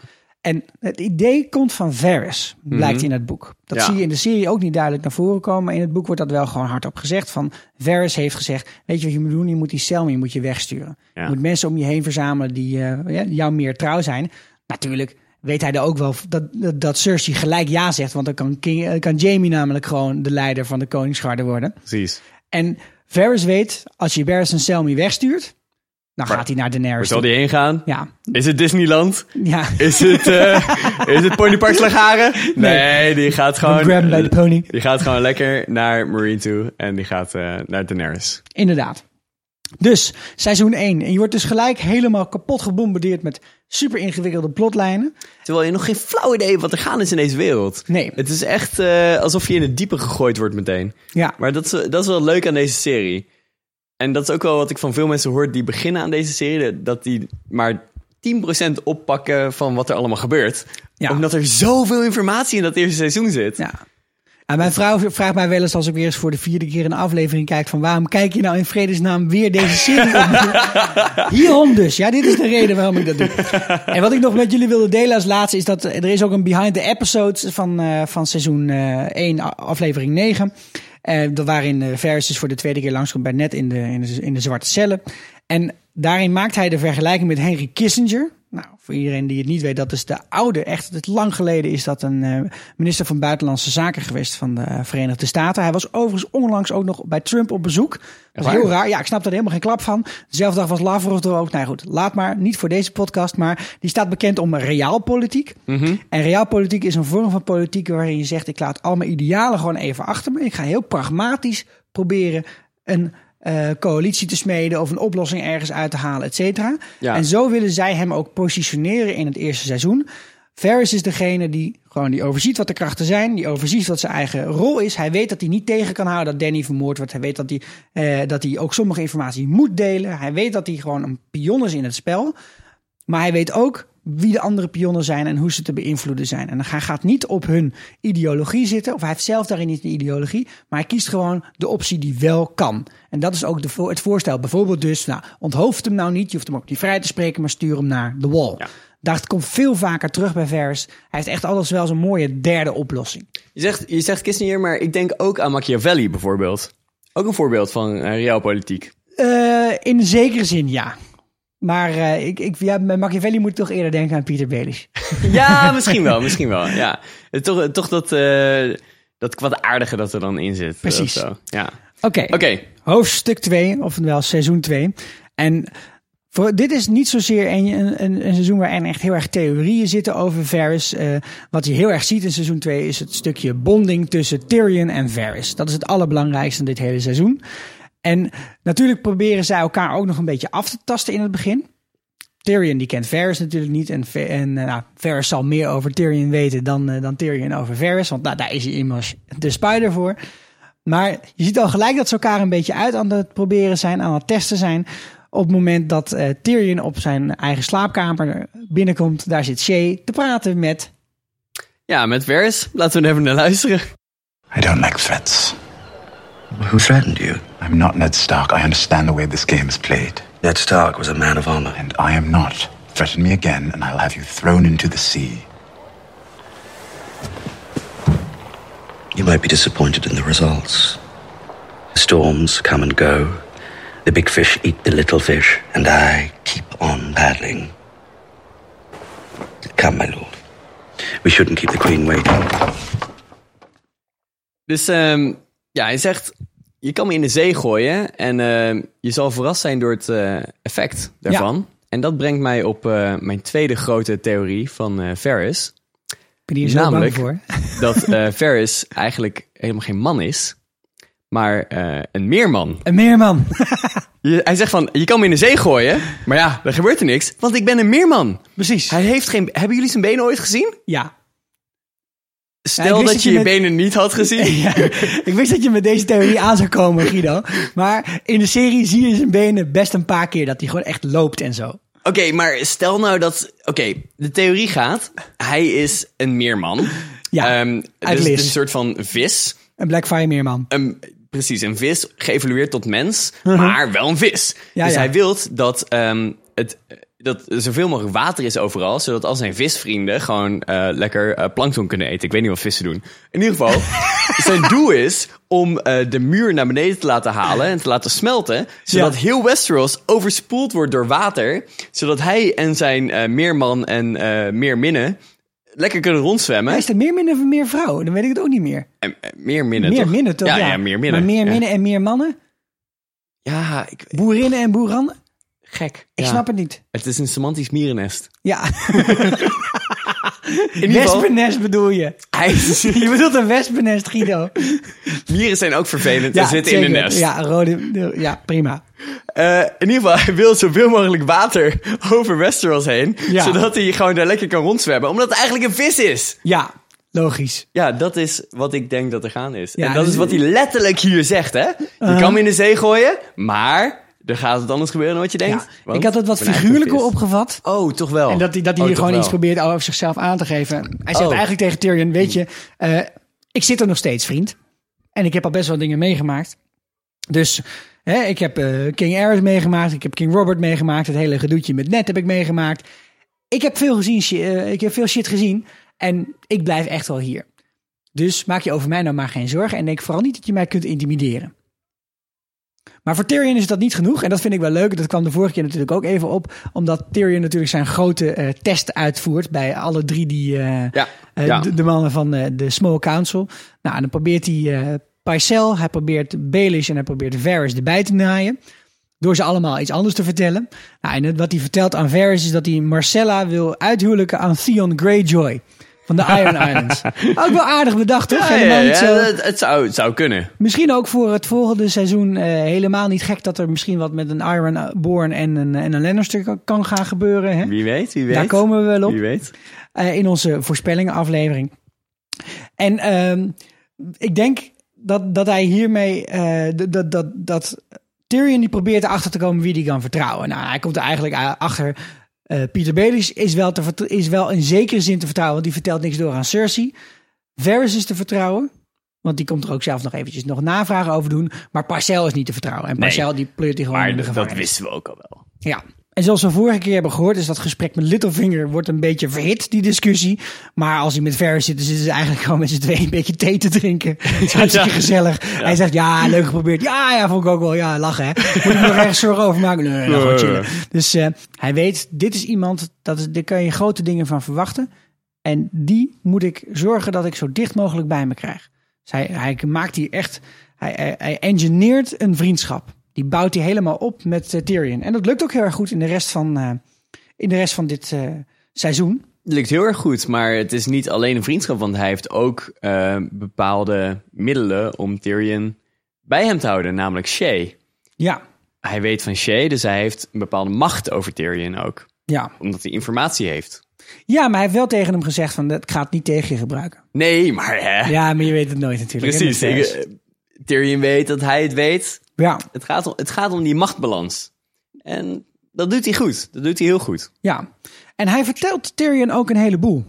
En het idee komt van Varys, blijkt in het boek. Dat zie je in de serie ook niet duidelijk naar voren komen. Maar in het boek wordt dat wel gewoon hardop gezegd. Van Varys heeft gezegd, weet je wat je moet doen? Je moet die Selmy wegsturen. Ja. Je moet mensen om je heen verzamelen die jou meer trouw zijn. Natuurlijk weet hij er ook wel dat Cersei gelijk ja zegt. Want dan kan Jaime namelijk gewoon de leider van de koningsgarde worden. Precies. En Varys weet, als je Varys en Selmy wegstuurt, dan gaat hij naar Daenerys. Waar zal hij heen gaan? Ja. Is het Disneyland? Ja. Is het Ponypark Slagharen? Nee, die gaat gewoon... Grab bij de pony. Die gaat gewoon lekker naar Meereen toe. En die gaat naar Daenerys. Inderdaad. Dus, seizoen 1. En je wordt dus gelijk helemaal kapot gebombardeerd met super ingewikkelde plotlijnen. Terwijl je nog geen flauw idee hebt wat er gaande is in deze wereld. Nee. Het is echt alsof je in het diepe gegooid wordt meteen. Ja. Maar dat is wel leuk aan deze serie. En dat is ook wel wat ik van veel mensen hoor die beginnen aan deze serie. Dat die maar 10% oppakken van wat er allemaal gebeurt. Ja. Omdat er zoveel informatie in dat eerste seizoen zit. Ja. En mijn vrouw vraagt mij wel eens als ik weer eens voor de 4e keer een aflevering kijk van waarom kijk je nou in vredesnaam weer deze serie op? Hierom dus. Ja, dit is de reden waarom ik dat doe. En wat ik nog met jullie wilde delen als laatste is dat er is ook een behind the episodes van seizoen 1 aflevering 9. Waarin Varys dus voor de 2e keer langskomt bij Ned in de zwarte cellen. En daarin maakt hij de vergelijking met Henry Kissinger. Nou, voor iedereen die het niet weet, dat is de oude, echt het lang geleden is dat een minister van Buitenlandse Zaken geweest van de Verenigde Staten. Hij was overigens onlangs ook nog bij Trump op bezoek. Dat is heel raar. Ja, ik snap er helemaal geen klap van. Dezelfde dag was Lavrov er ook. Nou goed, laat maar. Niet voor deze podcast, maar die staat bekend om realpolitiek. Mm-hmm. En realpolitiek is een vorm van politiek waarin je zegt, ik laat al mijn idealen gewoon even achter me. Ik ga heel pragmatisch proberen een coalitie te smeden of een oplossing ergens uit te halen, et cetera. Ja. En zo willen zij hem ook positioneren in het eerste seizoen. Varys is degene die overziet wat de krachten zijn, die overziet wat zijn eigen rol is. Hij weet dat hij niet tegen kan houden dat Dany vermoord wordt. Hij weet dat hij ook sommige informatie moet delen. Hij weet dat hij gewoon een pion is in het spel. Maar hij weet ook wie de andere pionnen zijn en hoe ze te beïnvloeden zijn. En hij gaat niet op hun ideologie zitten, of hij heeft zelf daarin niet de ideologie, maar hij kiest gewoon de optie die wel kan. En dat is ook het voorstel. Bijvoorbeeld dus, onthoofd hem nou niet, je hoeft hem ook niet vrij te spreken, maar stuur hem naar de wall. Ja. Dat komt veel vaker terug bij Varys. Hij heeft echt alles wel zo'n mooie derde oplossing. Je zegt Kissinger, maar ik denk ook aan Machiavelli bijvoorbeeld. Ook een voorbeeld van realpolitiek. In zekere zin, ja. Maar met Machiavelli moet ik toch eerder denken aan Peter Baelish. Ja, misschien wel. Ja. Toch dat kwaadaardige dat er dan in zit. Precies. Zo. Ja. Oké. Hoofdstuk 2, oftewel seizoen 2. En dit is niet zozeer een seizoen waarin echt heel erg theorieën zitten over Varys. Wat je heel erg ziet in seizoen 2 is het stukje bonding tussen Tyrion en Varys. Dat is het allerbelangrijkste in dit hele seizoen. En natuurlijk proberen zij elkaar ook nog een beetje af te tasten in het begin. Tyrion die kent Varys natuurlijk niet. En Varys zal meer over Tyrion weten dan Tyrion over Varys. Want daar is hij immers de spider voor. Maar je ziet al gelijk dat ze elkaar een beetje uit aan het proberen zijn, aan het testen zijn. Op het moment dat Tyrion op zijn eigen slaapkamer binnenkomt, daar zit Shae te praten met... Ja, met Varys. Laten we er even naar luisteren. I don't like threats. Who threatened you? I'm not Ned Stark. I understand the way this game is played. Ned Stark was a man of honor. And I am not. Threaten me again, and I'll have you thrown into the sea. You might be disappointed in the results. The storms come and go. The big fish eat the little fish, and I keep on paddling. Come, my lord. We shouldn't keep the queen waiting. Dus hij zegt, je kan me in de zee gooien en je zal verrast zijn door het effect daarvan. Ja. En dat brengt mij op mijn tweede grote theorie van Varys. Ben je hier zo bang voor? Dat Varys eigenlijk helemaal geen man is, maar een meerman. Een meerman. Hij zegt van, je kan me in de zee gooien, maar ja, er gebeurt er niks, want ik ben een meerman. Precies. Hij heeft geen... Hebben jullie zijn benen ooit gezien? Ja. Stel dat je benen niet had gezien. Ja, ik wist dat je met deze theorie aan zou komen, Guido. Maar in de serie zie je zijn benen best een paar keer dat hij gewoon echt loopt en zo. Oké, maar stel nou dat... Oké, de theorie gaat, hij is een meerman. Ja, dus het is een soort van vis. Een Blackfire meerman. Precies, een vis geëvolueerd tot mens, maar wel een vis. Ja, dus hij wil dat dat er zoveel mogelijk water is overal, zodat al zijn visvrienden gewoon lekker plankton kunnen eten. Ik weet niet wat vissen doen. In ieder geval, zijn doel is om de muur naar beneden te laten halen en te laten smelten, zodat heel Westeros overspoeld wordt door water, zodat hij en zijn meerman en meerminnen lekker kunnen rondzwemmen. Is er meer minnen of meer vrouwen? Dan weet ik het ook niet meer. Meer minnen, meer toch? Minnen, toch? Ja, meer minnen. Maar meer minnen en meer mannen? Ja, Boerinnen en boerannen? Gek. Ik snap het niet. Het is een semantisch mierennest. Ja. In ieder geval, wespennest bedoel je? Je bedoelt een wespennest, Guido. Mieren zijn ook vervelend en zitten in een nest. Ja, prima. In ieder geval, hij wil zoveel mogelijk water over Westeros heen. Ja. Zodat hij gewoon daar lekker kan rondzwemmen. Omdat het eigenlijk een vis is. Ja, logisch. Ja, dat is wat ik denk dat er gaande is. Ja, en dat is wat hij letterlijk hier zegt, hè? Je kan hem in de zee gooien, maar er gaat het anders gebeuren dan wat je denkt. Ja, ik had het wat figuurlijker opgevat. Oh, toch wel. En dat hij hier gewoon iets probeert over zichzelf aan te geven. Hij zegt eigenlijk tegen Tyrion, weet je, ik zit er nog steeds, vriend. En ik heb al best wel dingen meegemaakt. Dus ik heb King Aerys meegemaakt, ik heb King Robert meegemaakt. Het hele gedoetje met Ned heb ik meegemaakt. Ik heb veel gezien, ik heb veel shit gezien. En ik blijf echt wel hier. Dus maak je over mij nou maar geen zorgen. En denk vooral niet dat je mij kunt intimideren. Maar voor Tyrion is dat niet genoeg. En dat vind ik wel leuk. Dat kwam de vorige keer natuurlijk ook even op. Omdat Tyrion natuurlijk zijn grote test uitvoert. Bij alle drie de mannen van de Small Council. Nou, en dan probeert hij Pycelle. Hij probeert Baelish en hij probeert Varys erbij te naaien. Door ze allemaal iets anders te vertellen. Nou, en wat hij vertelt aan Varys is dat hij Marcella wil uithuwelijken aan Theon Greyjoy. Van de Iron Islands. Ook wel aardig bedacht, toch? Het zou kunnen. Misschien ook voor het volgende seizoen helemaal niet gek dat er misschien wat met een Ironborn en een Lannister kan gaan gebeuren. Hè? Wie weet. Daar komen we wel op. Wie weet. In onze voorspellingen aflevering. En ik denk dat hij hiermee dat Tyrion die probeert erachter te komen wie die kan vertrouwen. Nou, hij komt er eigenlijk achter. Peter Baelish is wel in zekere zin te vertrouwen, want die vertelt niks door aan Cersei. Varys is te vertrouwen, want die komt er ook zelf nog eventjes navragen over doen. Maar Pycelle is niet te vertrouwen. En Pycelle die pleurt hij gewoon in de gevangenis. Dat wisten we ook al wel. Ja. En zoals we vorige keer hebben gehoord, is dat gesprek met Littlefinger wordt een beetje verhit, die discussie. Maar als hij met Varys zit, dan zitten ze eigenlijk gewoon met z'n tweeën een beetje thee te drinken. Het is hartstikke gezellig. Ja. Hij zegt, ja, leuk geprobeerd. Ja, vond ik ook wel. Ja, lachen, hè. Moet ik me nog ergens zorgen over maken? Nee, nou, gewoon chillen. Dus hij weet, dit is iemand, daar kan je grote dingen van verwachten. En die moet ik zorgen dat ik zo dicht mogelijk bij me krijg. Dus hij maakt hier echt, hij engineert een vriendschap. Die bouwt hij helemaal op met Tyrion. En dat lukt ook heel erg goed in de rest van dit seizoen. Het lukt heel erg goed, maar het is niet alleen een vriendschap. Want hij heeft ook bepaalde middelen om Tyrion bij hem te houden. Namelijk Shae. Ja. Hij weet van Shae, dus hij heeft een bepaalde macht over Tyrion ook. Ja. Omdat hij informatie heeft. Ja, maar hij heeft wel tegen hem gezegd van, ik ga het niet tegen je gebruiken. Nee, maar hè. Ja, maar je weet het nooit natuurlijk. Precies. Tyrion weet dat hij het weet. Ja. Het gaat om die machtbalans. En dat doet hij goed. Dat doet hij heel goed. Ja. En hij vertelt Tyrion ook een heleboel.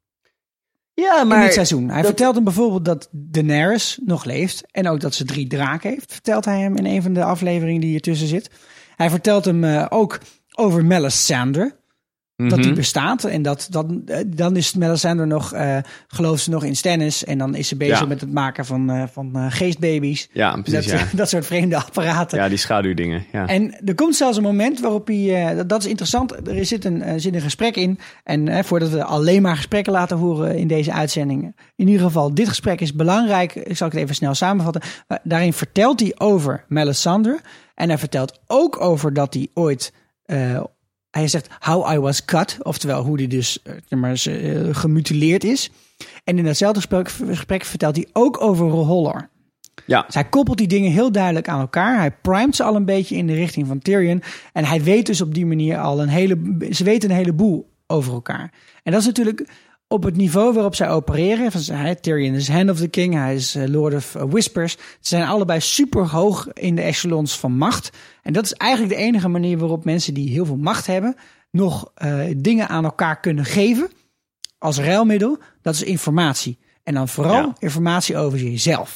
Ja, maar... In dit seizoen. Hij vertelt hem bijvoorbeeld dat Daenerys nog leeft. En ook dat ze 3 draken heeft. Vertelt hij hem in een van de afleveringen die hier tussen zit. Hij vertelt hem ook over Melisandre. Dat die bestaat. En dan is Melisandre nog, gelooft ze nog in Stannis. En dan is ze bezig met het maken van geestbaby's. Ja, precies. Dat soort vreemde apparaten. Ja, die schaduwdingen. Ja. En er komt zelfs een moment waarop hij... dat is interessant. Er zit een gesprek in. En voordat we alleen maar gesprekken laten horen in deze uitzendingen. In ieder geval, dit gesprek is belangrijk. Ik zal het even snel samenvatten. Daarin vertelt hij over Melisandre. En hij vertelt ook over dat hij ooit... hij zegt how I was cut, oftewel hoe hij dus gemutileerd is. En in datzelfde gesprek vertelt hij ook over R'hllor. Ja. Dus hij koppelt die dingen heel duidelijk aan elkaar. Hij primet ze al een beetje in de richting van Tyrion. En hij weet dus op die manier al ze weten een heleboel over elkaar. En dat is natuurlijk op het niveau waarop zij opereren. Tyrion is Hand of the King, hij is Lord of Whispers. Ze zijn allebei super hoog in de echelons van macht. En dat is eigenlijk de enige manier waarop mensen die heel veel macht hebben nog dingen aan elkaar kunnen geven als ruilmiddel. Dat is informatie. En dan vooral informatie over jezelf.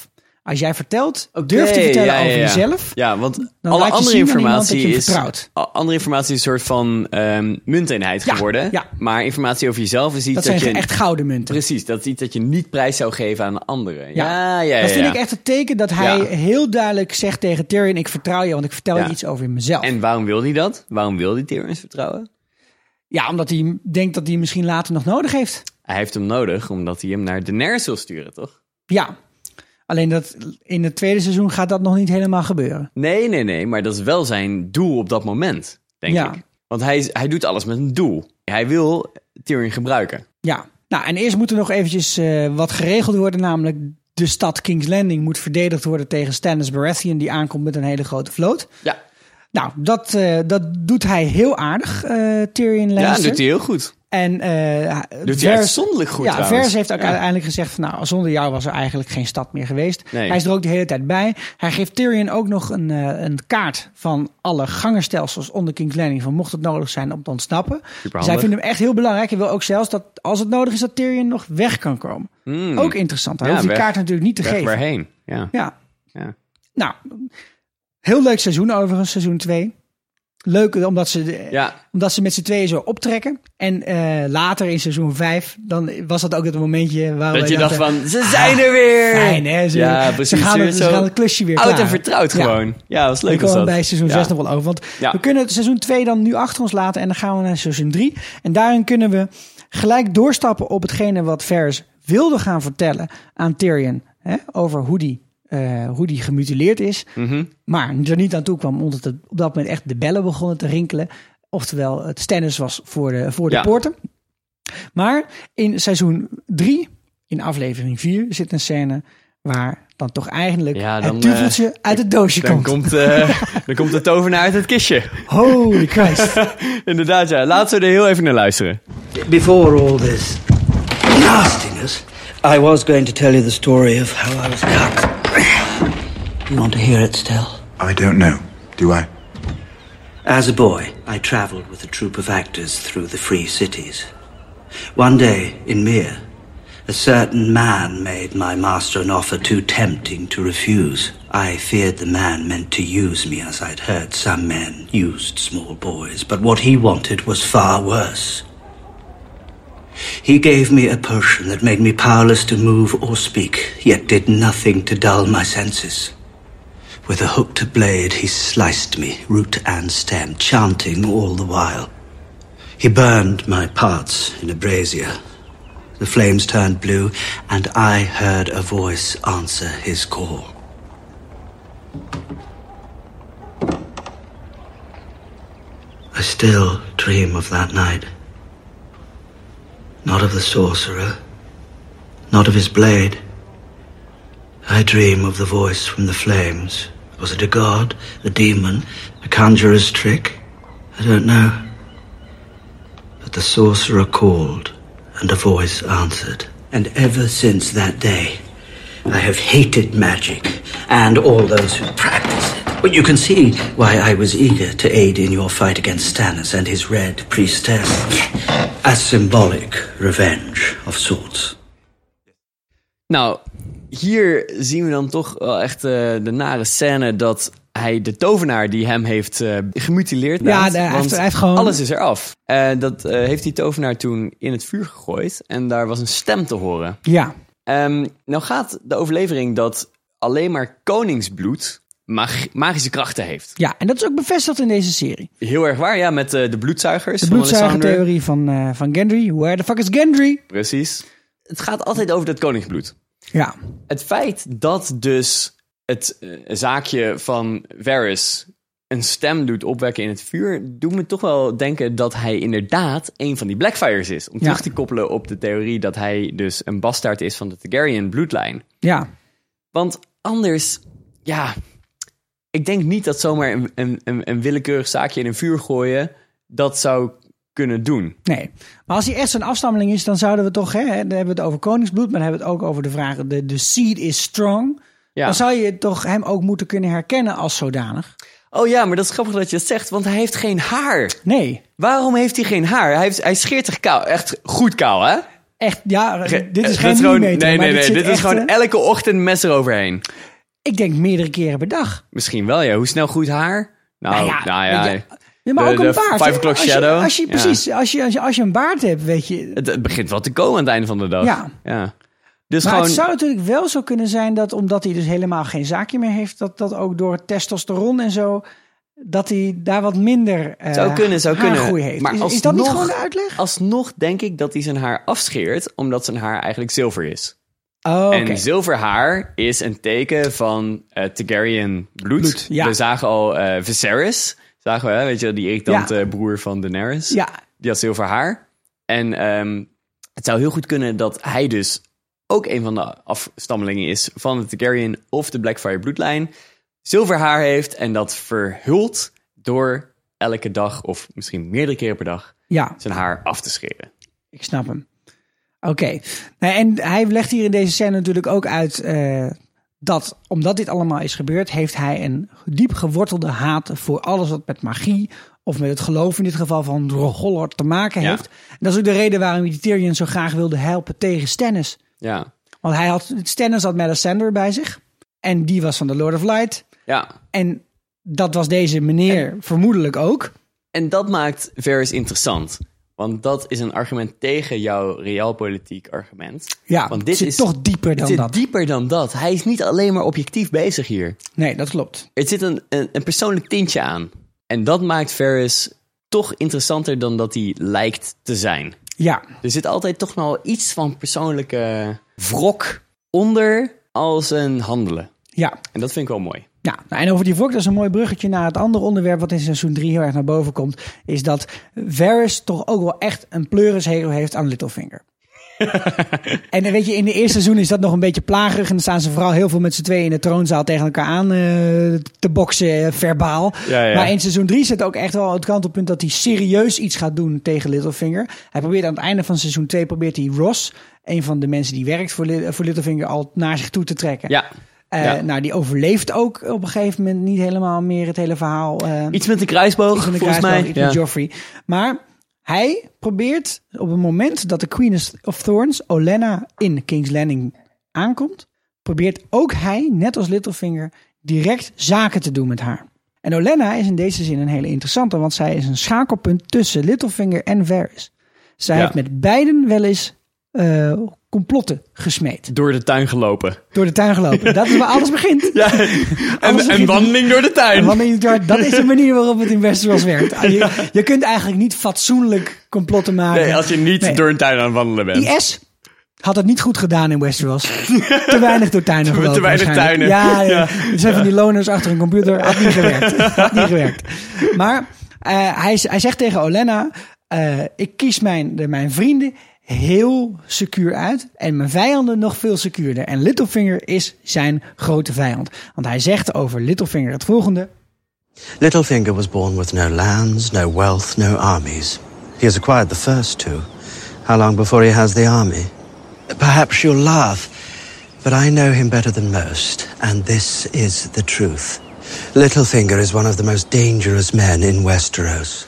Als jij vertelt, durf te vertellen over jezelf. Ja, want dan alle laat je andere zien aan informatie iemand dat is... je hem vertrouwt. Andere informatie is een soort van munteenheid geworden. Ja. Maar informatie over jezelf is iets dat dat zijn je... echt gouden munten. Precies, dat is iets dat je niet prijs zou geven aan anderen. Ja. Dat vind ik echt het teken dat hij heel duidelijk zegt tegen Tyrion... ik vertrouw je, want ik vertel je iets over mezelf. En waarom wil hij dat? Waarom wil hij Tyrion vertrouwen? Ja, omdat hij denkt dat hij hem misschien later nog nodig heeft. Hij heeft hem nodig omdat hij hem naar Daenerys wil sturen, toch? Ja, alleen dat in het tweede seizoen gaat dat nog niet helemaal gebeuren. Nee, maar dat is wel zijn doel op dat moment, denk ik. Want hij doet alles met een doel. Hij wil Tyrion gebruiken. Ja, nou en eerst moet er nog eventjes wat geregeld worden, namelijk de stad King's Landing moet verdedigd worden tegen Stannis Baratheon, die aankomt met een hele grote vloot. Ja. Nou, dat doet hij heel aardig, Tyrion Lannister. Ja, dat doet hij heel goed. En doet hij uitzonderlijk goed trouwens. Varys heeft ook uiteindelijk gezegd van, nou, zonder jou was er eigenlijk geen stad meer geweest. Nee. Hij is er ook de hele tijd bij. Hij geeft Tyrion ook nog een kaart van alle gangenstelsels onder King's Landing, van mocht het nodig zijn om te ontsnappen. Dus hij vindt hem echt heel belangrijk. Hij wil ook zelfs dat als het nodig is dat Tyrion nog weg kan komen. Ook interessant. Hij hoeft die kaart natuurlijk niet te geven. Waarheen? Ja. Nou, heel leuk seizoen overigens, seizoen 2. Leuk omdat ze met z'n tweeën zo optrekken. En later in seizoen 5, dan was dat ook het momentje waar dat je dacht van, ze zijn er weer! Fijn, hè? Ze gaan het klusje weer oud klaar. En vertrouwd gewoon. Ja, dat was leuk. Ik kwam bij seizoen 6 nog wel over. Want we kunnen het seizoen 2 dan nu achter ons laten. En dan gaan we naar seizoen 3. En daarin kunnen we gelijk doorstappen op hetgene wat Varys wilde gaan vertellen aan Tyrion. Hè, over hoe die gemutileerd is. Mm-hmm. Maar er niet aan toe kwam, omdat het op dat moment echt de bellen begonnen te rinkelen. Oftewel, het Stannis was voor de poorten. Maar in seizoen 3, in aflevering 4, zit een scène waar dan toch eigenlijk het duveltje uit het doosje komt. Dan komt de tovenaar uit het kistje. Holy Christ. Inderdaad, ja. Laten we er heel even naar luisteren. Before all this nastiness, I was going to tell you the story of how I was cut. You want to hear it still? I don't know. Do I? As a boy, I traveled with a troupe of actors through the free cities. One day, in Myr, a certain man made my master an offer too tempting to refuse. I feared the man meant to use me, as I'd heard some men used small boys, but what he wanted was far worse. He gave me a potion that made me powerless to move or speak, yet did nothing to dull my senses. With a hooked blade he sliced me, root and stem, chanting all the while. He burned my parts in a brazier. The flames turned blue, and I heard a voice answer his call. I still dream of that night. Not of the sorcerer, not of his blade. I dream of the voice from the flames. Was it a god, a demon, a conjurer's trick? I don't know. But the sorcerer called, and a voice answered. And ever since that day, I have hated magic and all those who practice it. But you can see why I was eager to aid in your fight against Stannis and his Red Priestess. A symbolic revenge of sorts. Nou, hier zien we dan toch wel echt de nare scène dat hij de tovenaar die hem heeft gemutileerd. Ja, hij heeft gewoon... Alles is eraf. Dat heeft die tovenaar toen in het vuur gegooid en daar was een stem te horen. Ja. Nou gaat de overlevering dat alleen maar koningsbloed magische krachten heeft. Ja, en dat is ook bevestigd in deze serie. Heel erg waar, ja, met de bloedzuigers. De bloedzuigertheorie van Gendry. Where the fuck is Gendry? Precies. Het gaat altijd over dat koningsbloed. Ja. Het feit dat dus het zaakje van Varys een stem doet opwekken in het vuur, doet me toch wel denken dat hij inderdaad een van die Blackfires is. Om terug te koppelen op de theorie dat hij dus een bastaard is van de Targaryen bloedlijn. Ja. Want anders, ja, ik denk niet dat zomaar een willekeurig zaakje in een vuur gooien dat zou kunnen doen. Nee, maar als hij echt zo'n afstammeling is, dan zouden we toch, dan hebben we het over koningsbloed, maar dan hebben we het ook over de vraag, de seed is strong. Ja. Dan zou je toch hem ook moeten kunnen herkennen als zodanig. Oh ja, maar dat is grappig dat je het zegt, want hij heeft geen haar. Nee. Waarom heeft hij geen haar? Hij scheert zich kaal, echt goed kaal, hè? Echt, ja, dit is geen millimeter. Nee, dit is gewoon elke ochtend mes eroverheen. Ik denk meerdere keren per dag. Misschien wel, ja. Hoe snel groeit haar? Nou ja. Ja, maar ook een baard. 5 o'clock shadow. Precies, als je een baard hebt, weet je... Het begint wel te komen aan het einde van de dag. Ja. Dus maar gewoon... het zou natuurlijk wel zo kunnen zijn dat, omdat hij dus helemaal geen zaakje meer heeft, dat ook door het testosteron en zo, dat hij daar wat minder haargroei heeft. Maar is dat niet gewoon de uitleg? Alsnog denk ik dat hij zijn haar afscheert, omdat zijn haar eigenlijk zilver is. Oh, okay. En zilver haar is een teken van Targaryen bloed. Ja. We zagen al Viserys. Zagen we, weet je, die irritante broer van Daenerys. Ja. Die had zilver haar. En het zou heel goed kunnen dat hij dus ook een van de afstammelingen is van de Targaryen of de Blackfyre bloedlijn. Zilver haar heeft en dat verhult door elke dag of misschien meerdere keren per dag zijn haar af te scheren. Ik snap hem. Oké. En hij legt hier in deze scène natuurlijk ook uit dat, omdat dit allemaal is gebeurd, heeft hij een diep gewortelde haat voor alles wat met magie of met het geloof in dit geval van Hollord te maken heeft. En dat is ook de reden waarom hij Tyrion zo graag wilde helpen tegen Stannis. Ja. Want Stannis had Melisandre bij zich en die was van de Lord of Light. Ja. En dat was deze meneer vermoedelijk ook. En dat maakt Varys interessant. Want dat is een argument tegen jouw realpolitiek argument. Ja, want dit zit toch dieper dan dat. Het zit dieper dan dat. Hij is niet alleen maar objectief bezig hier. Nee, dat klopt. Er zit een persoonlijk tintje aan. En dat maakt Varys toch interessanter dan dat hij lijkt te zijn. Ja. Er zit altijd toch nog wel iets van persoonlijke wrok onder als een handelen. Ja. En dat vind ik wel mooi. Ja, en over die wrok, dat is een mooi bruggetje naar het andere onderwerp wat in seizoen 3 heel erg naar boven komt. Is dat Varys toch ook wel echt een pleurishekel heeft aan Littlefinger. En weet je, in de eerste seizoen is dat nog een beetje plagerig. En dan staan ze vooral heel veel met z'n tweeën in de troonzaal tegen elkaar aan te boksen, verbaal. Ja. Maar in seizoen 3 zit ook echt wel het kantelpunt dat hij serieus iets gaat doen tegen Littlefinger. Hij probeert aan het einde van seizoen 2 Ross, een van de mensen die werkt voor Littlefinger, al naar zich toe te trekken. Ja. Nou, die overleeft ook op een gegeven moment niet helemaal meer het hele verhaal. Iets met de kruisboog, volgens mij. Iets met Joffrey. Maar hij probeert op het moment dat de Queen of Thorns, Olenna, in King's Landing aankomt, probeert ook hij, net als Littlefinger, direct zaken te doen met haar. En Olenna is in deze zin een hele interessante, want zij is een schakelpunt tussen Littlefinger en Varys. Zij heeft met beiden wel eens complotten gesmeed. Door de tuin gelopen. Dat is waar alles begint. Ja. Een wandeling door de tuin. Dat is de manier waarop het in Westeros werkt. Je kunt eigenlijk niet fatsoenlijk complotten maken. Nee, als je niet door een tuin aan het wandelen bent. IS had het niet goed gedaan in Westeros. Te weinig door tuinen gelopen. Te weinig tuinen. Ja. Er zijn van die loners achter een computer. Had niet gewerkt. Maar hij zegt tegen Olenna, ik kies mijn vrienden heel secuur uit en mijn vijanden nog veel secuurder. En Littlefinger is zijn grote vijand. Want hij zegt over Littlefinger het volgende. Littlefinger was born with no lands, no wealth, no armies. He has acquired the first two. How long before he has the army? Perhaps you'll laugh, but I know him better than most, and this is the truth. Littlefinger is one of the most dangerous men in Westeros.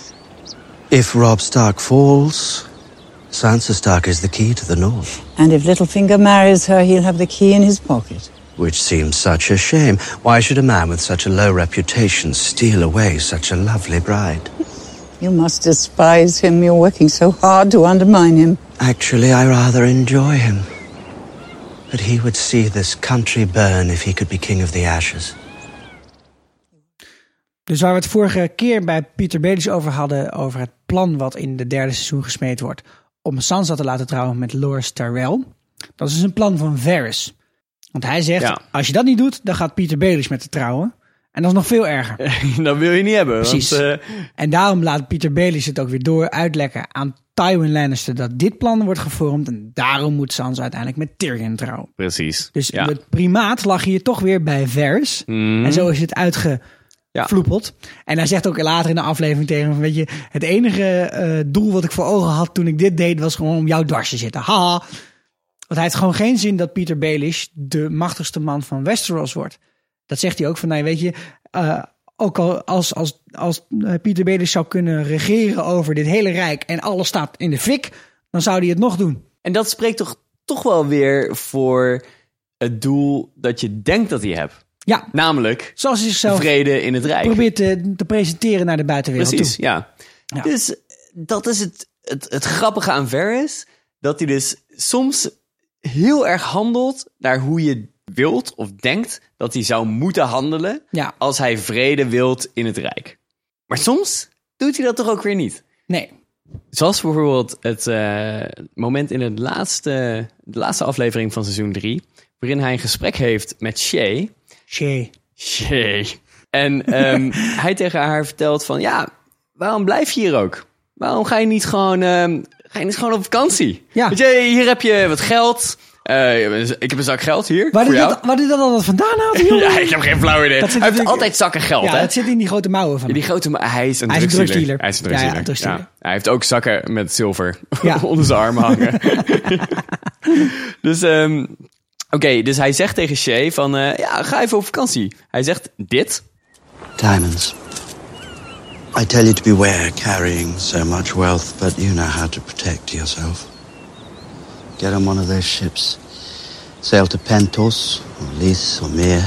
If Robb Stark falls, Sansa Stark is the key to the north. And if Littlefinger marries her, he'll have the key in his pocket. Which seems such a shame. Why should a man with such a low reputation steal away such a lovely bride? You must despise him. You're working so hard to undermine him. Actually, I rather enjoy him. But he would see this country burn if he could be king of the ashes. Dus waar we het vorige keer bij Peter Baelish over hadden, over het plan wat in de derde seizoen gesmeed wordt om Sansa te laten trouwen met Loras Tyrell. Dat is dus een plan van Varys. Want hij zegt, als je dat niet doet, dan gaat Peter Baelish met te trouwen. En dat is nog veel erger. Dat wil je niet hebben. Precies. Want, En daarom laat Peter Baelish het ook weer uitlekken aan Tywin Lannister dat dit plan wordt gevormd. En daarom moet Sansa uiteindelijk met Tyrion trouwen. Precies. Dus het primaat lag hier toch weer bij Varys. En zo is het uitgevloepeld. En hij zegt ook later in de aflevering tegen hem, weet je, het enige doel wat ik voor ogen had toen ik dit deed, was gewoon om jou dwars te zitten. Haha. Want hij heeft gewoon geen zin dat Peter Baelish de machtigste man van Westeros wordt. Dat zegt hij ook van, nee, weet je, ook al als Peter Baelish zou kunnen regeren over dit hele rijk en alles staat in de fik, dan zou hij het nog doen. En dat spreekt toch wel weer voor het doel dat je denkt dat hij hebt. Ja. Namelijk zoals hij zichzelf vrede in het Rijk. Probeert te presenteren naar de buitenwereld. Precies, toe. ja. Dus dat is het grappige aan Varys. Dat hij dus soms heel erg handelt naar hoe je wilt of denkt dat hij zou moeten handelen als hij vrede wilt in het Rijk. Maar soms doet hij dat toch ook weer niet. Nee. Zoals bijvoorbeeld het moment in de laatste aflevering van seizoen 3... waarin hij een gesprek heeft met Shay. Shay. En hij tegen haar vertelt van... ja, waarom blijf je hier ook? Waarom ga je niet gewoon op vakantie? Ja. Weet je, hier heb je wat geld... ik heb een zak geld hier. Waar hij dat altijd vandaan haalt? Ja, ik heb geen flauw idee. Hij heeft altijd zakken geld, hè? Het zit in die grote mouwen van hem. Hij is een drugsdealer. Hij is een drugsdealer. Ja. Hij heeft ook zakken met zilver onder zijn armen hangen. Dus, oké, dus hij zegt tegen Shay van... ga even op vakantie. Hij zegt dit. Diamonds. I tell you to beware carrying so much wealth, but you know how to protect yourself. Get on one of those ships. Sail to Pentos, or Lys, or Meer.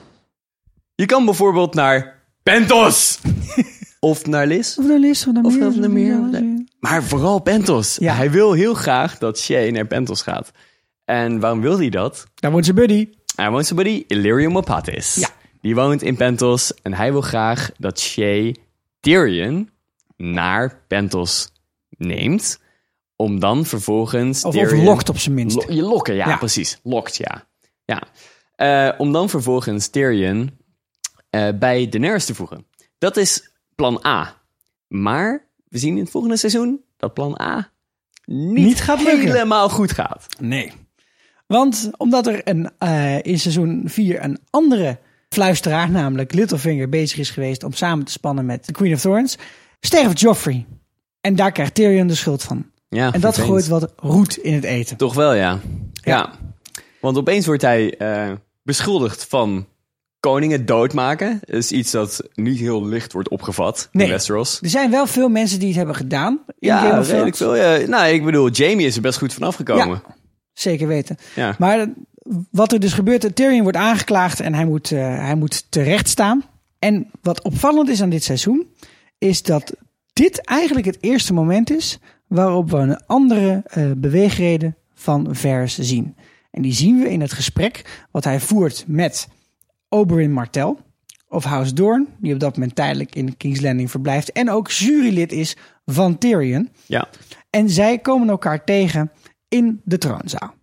Je kan bijvoorbeeld naar Pentos! Of naar Lys. Of naar Lys, of naar Meer. Maar vooral Pentos. Ja. Hij wil heel graag dat Shay naar Pentos gaat. En waarom wil hij dat? Daar woont zijn buddy. Hij woont zijn buddy, Illyrio Mopatis. Ja. Die woont in Pentos. En hij wil graag dat Shay Tyrion naar Pentos neemt... om dan vervolgens... Of lokt op zijn minst. Je lokken, ja, precies. Lokt, ja. Om dan vervolgens Tyrion bij Daenerys te voegen. Dat is plan A. Maar we zien in het volgende seizoen dat plan A niet gaat helemaal goed gaat. Nee. Want omdat er in seizoen 4 een andere fluisteraar, namelijk Littlefinger, bezig is geweest om samen te spannen met de Queen of Thorns, sterft Joffrey. En daar krijgt Tyrion de schuld van. Ja, en dat gooit wat roet in het eten. Toch wel, ja. Want opeens wordt hij beschuldigd van koningen doodmaken. Dat is iets dat niet heel licht wordt opgevat in Westeros. Er zijn wel veel mensen die het hebben gedaan. Ja, redelijk veel. Ja. Nou, ik bedoel, Jaime is er best goed vanaf gekomen. Ja, zeker weten. Ja. Maar wat er dus gebeurt, Tyrion wordt aangeklaagd en hij moet terecht staan. En wat opvallend is aan dit seizoen, is dat dit eigenlijk het eerste moment is waarop we een andere beweegreden van Varys zien. En die zien we in het gesprek wat hij voert met Oberyn Martell of House Dorne, die op dat moment tijdelijk in King's Landing verblijft en ook jurylid is van Tyrion. Ja. En zij komen elkaar tegen in de troonzaal.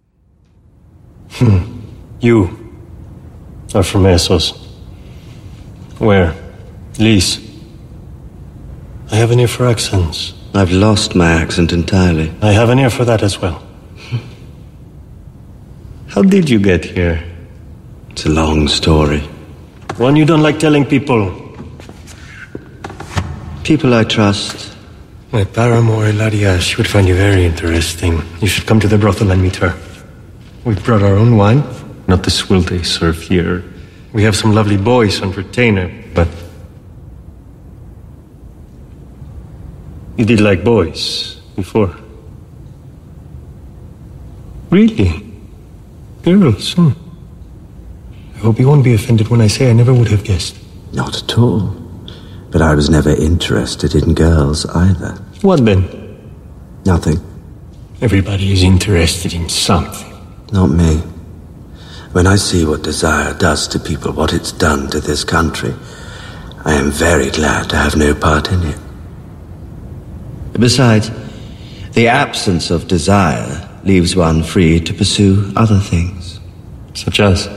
You are from Essos. Where? Lys. I have an ear for accents. I've lost my accent entirely. I have an ear for that as well. How did you get here? It's a long story. One you don't like telling people. People I trust. My paramour, Eladia, she would find you very interesting. You should come to the brothel and meet her. We've brought our own wine, not the swill they serve here. We have some lovely boys on retainer, but... You did like boys before. Really? Girls, I hope you won't be offended when I say I never would have guessed. Not at all. But I was never interested in girls either. What then? Nothing. Everybody is interested in something. Not me. When I see what desire does to people, what it's done to this country, I am very glad to have no part in it. Besides, the absence of desire leaves one free to pursue other things. Such as?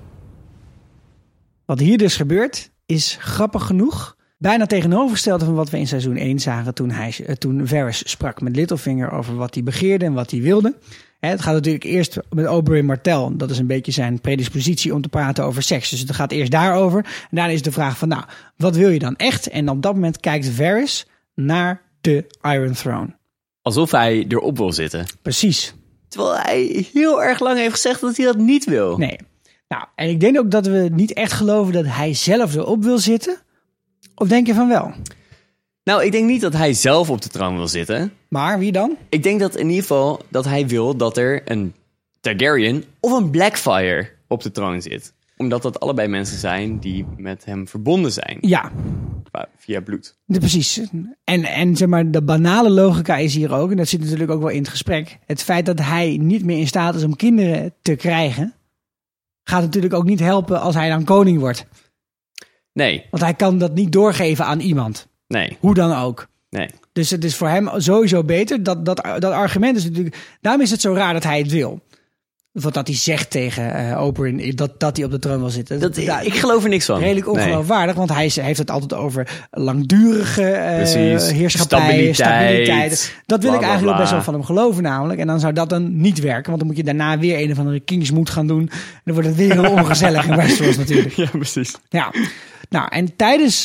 Wat hier dus gebeurt, is grappig genoeg bijna tegenovergestelde van wat we in seizoen 1 zagen toen Varys sprak met Littlefinger over wat hij begeerde en wat hij wilde. Het gaat natuurlijk eerst met Oberyn Martell. Dat is een beetje zijn predispositie om te praten over seks. Dus het gaat eerst daarover. En daarna is de vraag van, nou, wat wil je dan echt? En op dat moment kijkt Varys naar de Iron Throne. Alsof hij erop wil zitten. Precies. Terwijl hij heel erg lang heeft gezegd dat hij dat niet wil. Nee. Nou, en ik denk ook dat we niet echt geloven dat hij zelf erop wil zitten. Of denk je van wel? Nou, ik denk niet dat hij zelf op de troon wil zitten. Maar wie dan? Ik denk dat in ieder geval dat hij wil dat er een Targaryen of een Blackfyre op de troon zit. Omdat dat allebei mensen zijn die met hem verbonden zijn. Ja. Via bloed. Precies. En zeg maar, de banale logica is hier ook, en dat zit natuurlijk ook wel in het gesprek. Het feit dat hij niet meer in staat is om kinderen te krijgen, gaat natuurlijk ook niet helpen als hij dan koning wordt. Nee. Want hij kan dat niet doorgeven aan iemand. Nee. Hoe dan ook. Nee. Dus het is voor hem sowieso beter. Dat argument is natuurlijk... Daarom is het zo raar dat hij het wil. Wat dat hij zegt tegen Oberyn, dat hij op de troon wil zitten. Ik geloof er niks van. Redelijk ongeloofwaardig, want hij heeft het altijd over langdurige heerschappij, stabiliteit. Dat wil ik eigenlijk best wel van hem geloven namelijk. En dan zou dat dan niet werken, want dan moet je daarna weer een of andere Kingsmoed gaan doen. En dan wordt het weer heel ongezellig in Westeros natuurlijk. Ja, precies. Ja. Nou, en tijdens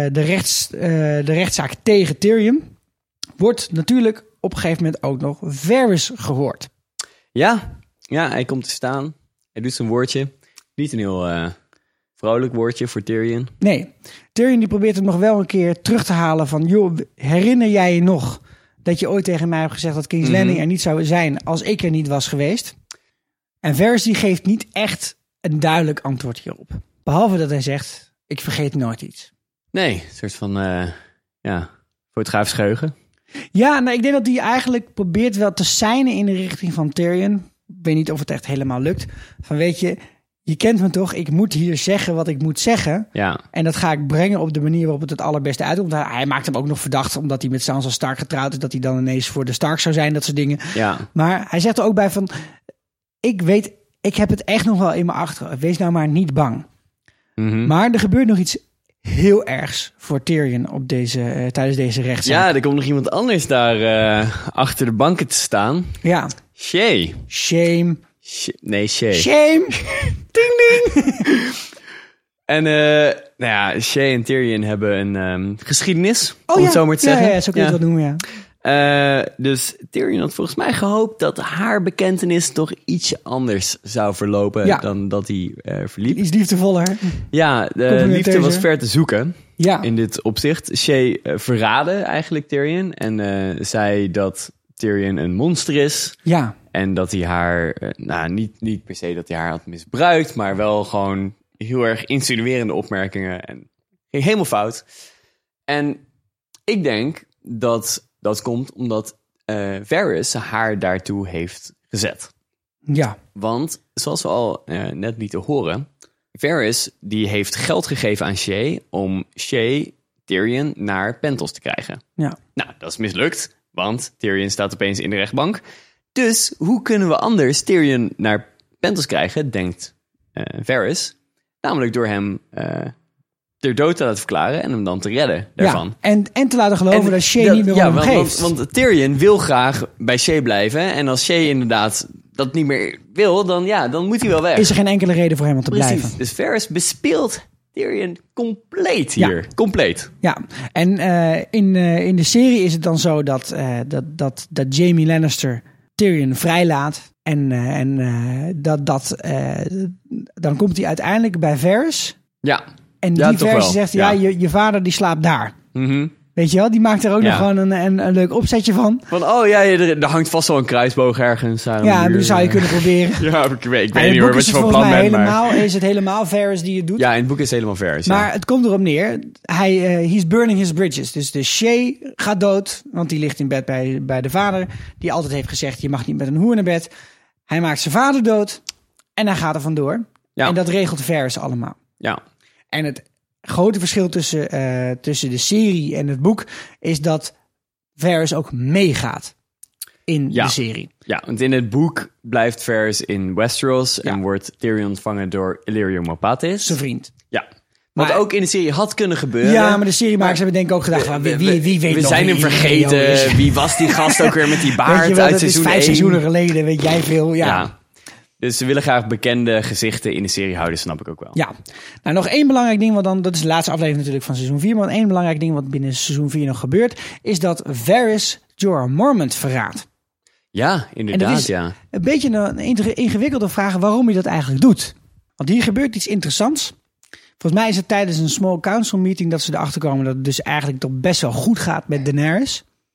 de rechtszaak tegen Tyrion wordt natuurlijk op een gegeven moment ook nog Varys gehoord. Ja, hij komt te staan. Hij doet zijn woordje. Niet een heel vrolijk woordje voor Tyrion. Nee, Tyrion die probeert hem nog wel een keer terug te halen van... joh, herinner jij je nog dat je ooit tegen mij hebt gezegd... dat King's Landing er niet zou zijn als ik er niet was geweest? En Varys die geeft niet echt een duidelijk antwoord hierop. Behalve dat hij zegt, ik vergeet nooit iets. Nee, een soort van, fotografisch geheugen. Ja, nou, ik denk dat hij eigenlijk probeert wel te seinen in de richting van Tyrion... Ik weet niet of het echt helemaal lukt. Van weet je kent me toch? Ik moet hier zeggen wat ik moet zeggen. Ja. En dat ga ik brengen op de manier waarop het allerbeste uitkomt. Hij maakt hem ook nog verdacht, omdat hij met Sansa Stark getrouwd is... dat hij dan ineens voor de Stark zou zijn, dat soort dingen. Ja. Maar hij zegt er ook bij van... ik heb het echt nog wel in mijn achterhoofd. Wees nou maar niet bang. Mm-hmm. Maar er gebeurt nog iets heel ergs voor Tyrion tijdens deze rechtszaak. Ja, er komt nog iemand anders daar achter de banken te staan. Ja. Shay. Shame. Shay. Shame. Ding ding. En Shay en Tyrion hebben een geschiedenis, om het zo maar te zeggen. Ja, zo kun je het wel noemen, ja. Dus Tyrion had volgens mij gehoopt dat haar bekentenis toch ietsje anders zou verlopen dan dat hij verliep. Iets liefdevoller. Ja, de liefde was ver te zoeken in dit opzicht. Shay verraadde eigenlijk Tyrion en zei dat Tyrion een monster is. Ja. En dat hij haar, niet per se dat hij haar had misbruikt, maar wel gewoon heel erg insinuerende opmerkingen. En ging helemaal fout. En ik denk dat dat komt omdat Varys haar daartoe heeft gezet. Ja. Want, zoals we al net lieten horen, Varys die heeft geld gegeven aan Shay om Tyrion naar Pentos te krijgen. Ja. Nou, dat is mislukt. Want Tyrion staat opeens in de rechtbank. Dus hoe kunnen we anders Tyrion naar Pentos krijgen, denkt Varys. Namelijk door hem ter dood te laten verklaren en hem dan te redden daarvan. Ja, en te laten geloven dat Shay niet meer om hem geeft. Want Tyrion wil graag bij Shay blijven. En als Shay inderdaad dat niet meer wil, dan moet hij wel weg. Is er geen enkele reden voor hem om te blijven. Dus Varys bespeelt Tyrion compleet hier. Ja. Compleet. Ja, en in de serie is het dan zo dat Jaime Lannister Tyrion vrijlaat. Dan komt hij uiteindelijk bij Varys. Ja. En die Varys zegt, je vader die slaapt daar. Mm-hmm. Weet je wel, die maakt er ook nog gewoon een leuk opzetje van. Van, er hangt vast wel een kruisboog ergens. Ja, dat zou je kunnen proberen. Ja, ik weet niet hoor wat je van plan bent. Is het helemaal Varys die het doet? Ja, in het boek is het helemaal Varys. Maar het komt erop neer, he's burning his bridges. Dus de Shay gaat dood, want die ligt in bed bij de vader. Die altijd heeft gezegd, je mag niet met een hoer naar bed. Hij maakt zijn vader dood en hij gaat er vandoor. Ja. En dat regelt Varys allemaal. Ja. En het grote verschil tussen de serie en het boek is dat Varys ook meegaat in de serie. Ja, want in het boek blijft Varys in Westeros en wordt Tyrion ontvangen door Illyrio Mopatis. Zijn vriend. Ja. Wat ook in de serie had kunnen gebeuren. Ja, maar de seriemakers hebben denk ik ook gedacht van wie weet we nog zijn hem vergeten. Wie was die gast ook weer met die baard uit seizoen 1? 5 seizoenen geleden, weet jij veel. Ja. Dus ze willen graag bekende gezichten in de serie houden, snap ik ook wel. Ja. Nou, nog één belangrijk ding, dat is de laatste aflevering natuurlijk van seizoen 4. Maar één belangrijk ding wat binnen seizoen 4 nog gebeurt, is dat Varys Jorah Mormont verraadt. Ja, inderdaad, een beetje een ingewikkelde vraag waarom hij dat eigenlijk doet. Want hier gebeurt iets interessants. Volgens mij is het tijdens een small council meeting dat ze erachter komen dat het dus eigenlijk toch best wel goed gaat met Daenerys.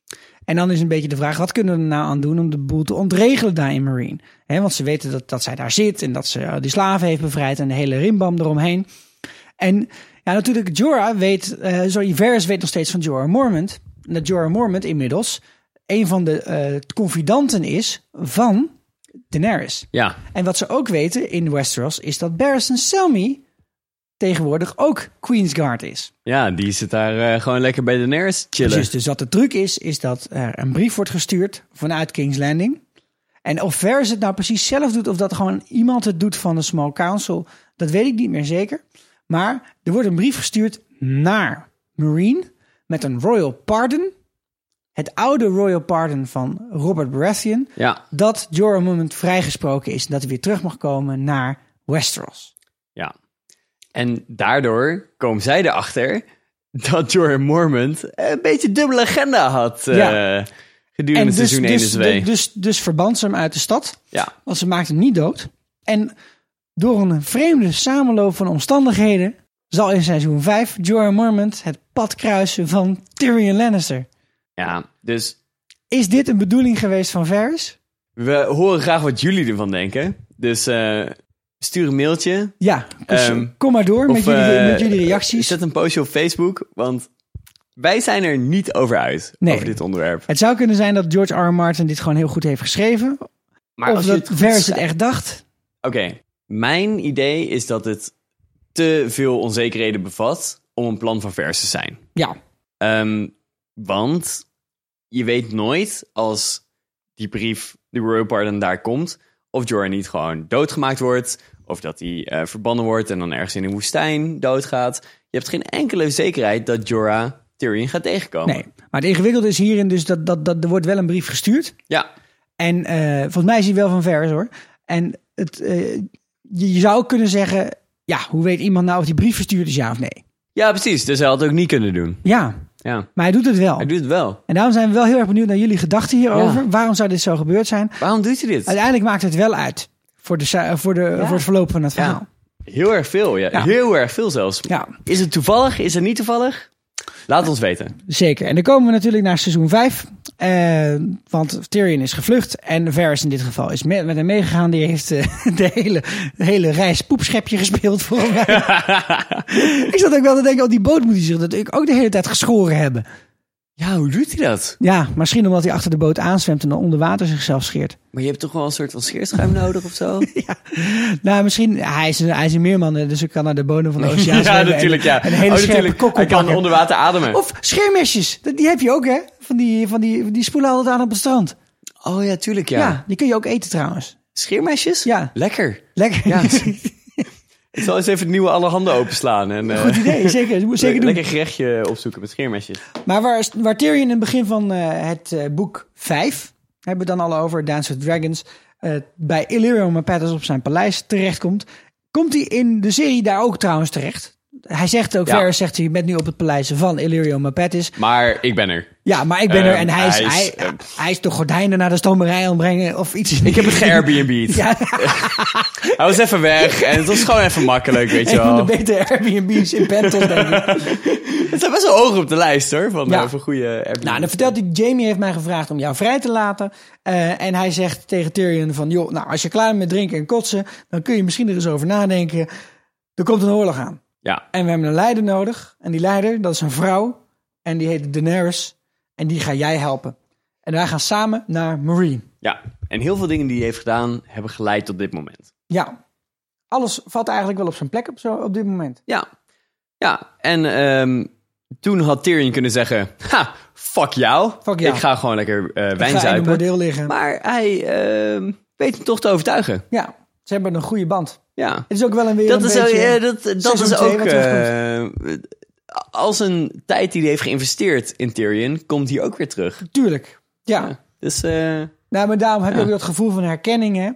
En dan is een beetje de vraag, wat kunnen we er nou aan doen om de boel te ontregelen daar in Meereen? Want ze weten dat zij daar zit en dat ze die slaven heeft bevrijd en de hele rimbam eromheen. En ja, natuurlijk, Varys weet nog steeds van Jorah Mormont. En dat Jorah Mormont inmiddels een van de confidanten is van Daenerys. Ja. En wat ze ook weten in Westeros is dat Barristan Selmy tegenwoordig ook Queensguard is. Ja, die zit daar gewoon lekker bij Daenerys chillen. Precies, dus wat de truc is dat er een brief wordt gestuurd vanuit King's Landing. En of Varys het nou precies zelf doet of dat gewoon iemand het doet van de Small Council, dat weet ik niet meer zeker. Maar er wordt een brief gestuurd naar Meereen met een royal pardon. Het oude royal pardon van Robert Baratheon. Ja. Dat Jorah Mormont vrijgesproken is en dat hij weer terug mag komen naar Westeros. Ja. En daardoor komen zij erachter dat Jorah Mormont een beetje dubbele agenda had gedurende seizoen 1 en 2. Dus verband ze hem uit de stad. Ja. Want ze maakte hem niet dood. En door een vreemde samenloop van omstandigheden zal in seizoen 5 Jorah Mormont het pad kruisen van Tyrion Lannister. Ja, dus... Is dit een bedoeling geweest van Varys? We horen graag wat jullie ervan denken. Dus stuur een mailtje. Ja, dus kom maar door met jullie reacties. Zet een postje op Facebook, want wij zijn er niet over uit, over dit onderwerp. Het zou kunnen zijn dat George R. R. Martin dit gewoon heel goed heeft geschreven. Maar of dat Varys het echt dacht. Oké, mijn idee is dat het te veel onzekerheden bevat om een plan van Varys te zijn. Ja. Want je weet nooit als die brief, de royal pardon daar komt, of Jorah niet gewoon doodgemaakt wordt, of dat hij verbannen wordt en dan ergens in een woestijn doodgaat. Je hebt geen enkele zekerheid dat Jorah Tyrion gaat tegenkomen. Nee, maar het ingewikkelde is hierin dus dat er wordt wel een brief gestuurd. Ja. En volgens mij is hij wel van Varys hoor. En je zou ook kunnen zeggen, ja, hoe weet iemand nou of die brief verstuurd is, ja of nee? Ja, precies. Dus hij had het ook niet kunnen doen. Ja. Maar hij doet het wel. Hij doet het wel. En daarom zijn we wel heel erg benieuwd naar jullie gedachten hierover. Ja. Waarom zou dit zo gebeurd zijn? Waarom doet hij dit? Uiteindelijk maakt het wel uit voor het verloop van het verhaal. Heel erg veel, ja. Heel erg veel zelfs. Ja. Is het toevallig? Is het niet toevallig? Laat ons weten. Zeker. En dan komen we natuurlijk naar seizoen 5. Want Tyrion is gevlucht. En Varys in dit geval is met hem meegegaan. Die heeft de hele reis poepschepje gespeeld voor mij. Ik zat ook wel te denken, op die boot moet hij zich natuurlijk ook de hele tijd geschoren hebben. Ja, hoe doet hij dat? Ja, misschien omdat hij achter de boot aanzwemt en dan onder water zichzelf scheert. Maar je hebt toch wel een soort van scheerschuim nodig of zo? Ja. Nou, misschien, hij is een meerman, dus ik kan naar de bodem van de oceaan zwemmen. Ja, natuurlijk, ja. En een hele scherpe kok hij kan onder water ademen. Of scheermesjes, die heb je ook, hè? Die spoelen altijd aan op het strand. Oh ja, tuurlijk, ja. Ja, die kun je ook eten trouwens. Scheermesjes? Ja. Lekker. Ja. Ik zal eens even het nieuwe Allerhande openslaan. En, goed idee, zeker doen. Lekker gerechtje opzoeken met scheermesjes. Maar waar Tyrion in het begin van het boek 5, hebben we dan al over Dance with Dragons, bij Illyrio Mopatis op zijn paleis terechtkomt, komt hij in de serie daar ook trouwens terecht. Hij zegt ook, Varys zegt, je bent nu op het paleis van Illyrio Mopatis. Maar ik ben er. Ja, maar ik ben er. En hij is de gordijnen naar de stomerij aan het brengen of iets. Ik heb het ge-Airbnb'd. Ja. Hij was even weg en het was gewoon even makkelijk, weet je wel. Een van de betere Airbnb's in Pentos, denk ik. Het staat best wel hoog op de lijst, hoor, van goede Airbnb. Nou, dan vertelt hij, Jaime heeft mij gevraagd om jou vrij te laten. En hij zegt tegen Tyrion van, joh, nou, als je klaar bent met drinken en kotsen, dan kun je misschien er eens over nadenken. Er komt een oorlog aan. Ja. En we hebben een leider nodig. En die leider, dat is een vrouw. En die heet Daenerys. En die ga jij helpen. En wij gaan samen naar Meereen. Ja, en heel veel dingen die hij heeft gedaan, hebben geleid tot dit moment. Ja, alles valt eigenlijk wel op zijn plek op dit moment. Ja. En toen had Tyrion kunnen zeggen, fuck jou. Ik ga gewoon lekker wijn zuipen. Ik ga in een bordeel liggen. Maar hij weet hem toch te overtuigen. Ja, ze hebben een goede band. Ja. Het is ook wel een weer dat een is beetje... dat is ook... als een tijd die hij heeft geïnvesteerd in Tyrion, komt hij ook weer terug. Tuurlijk, ja. Dus... Nou, maar daarom heb je ook dat gevoel van herkenning, hè?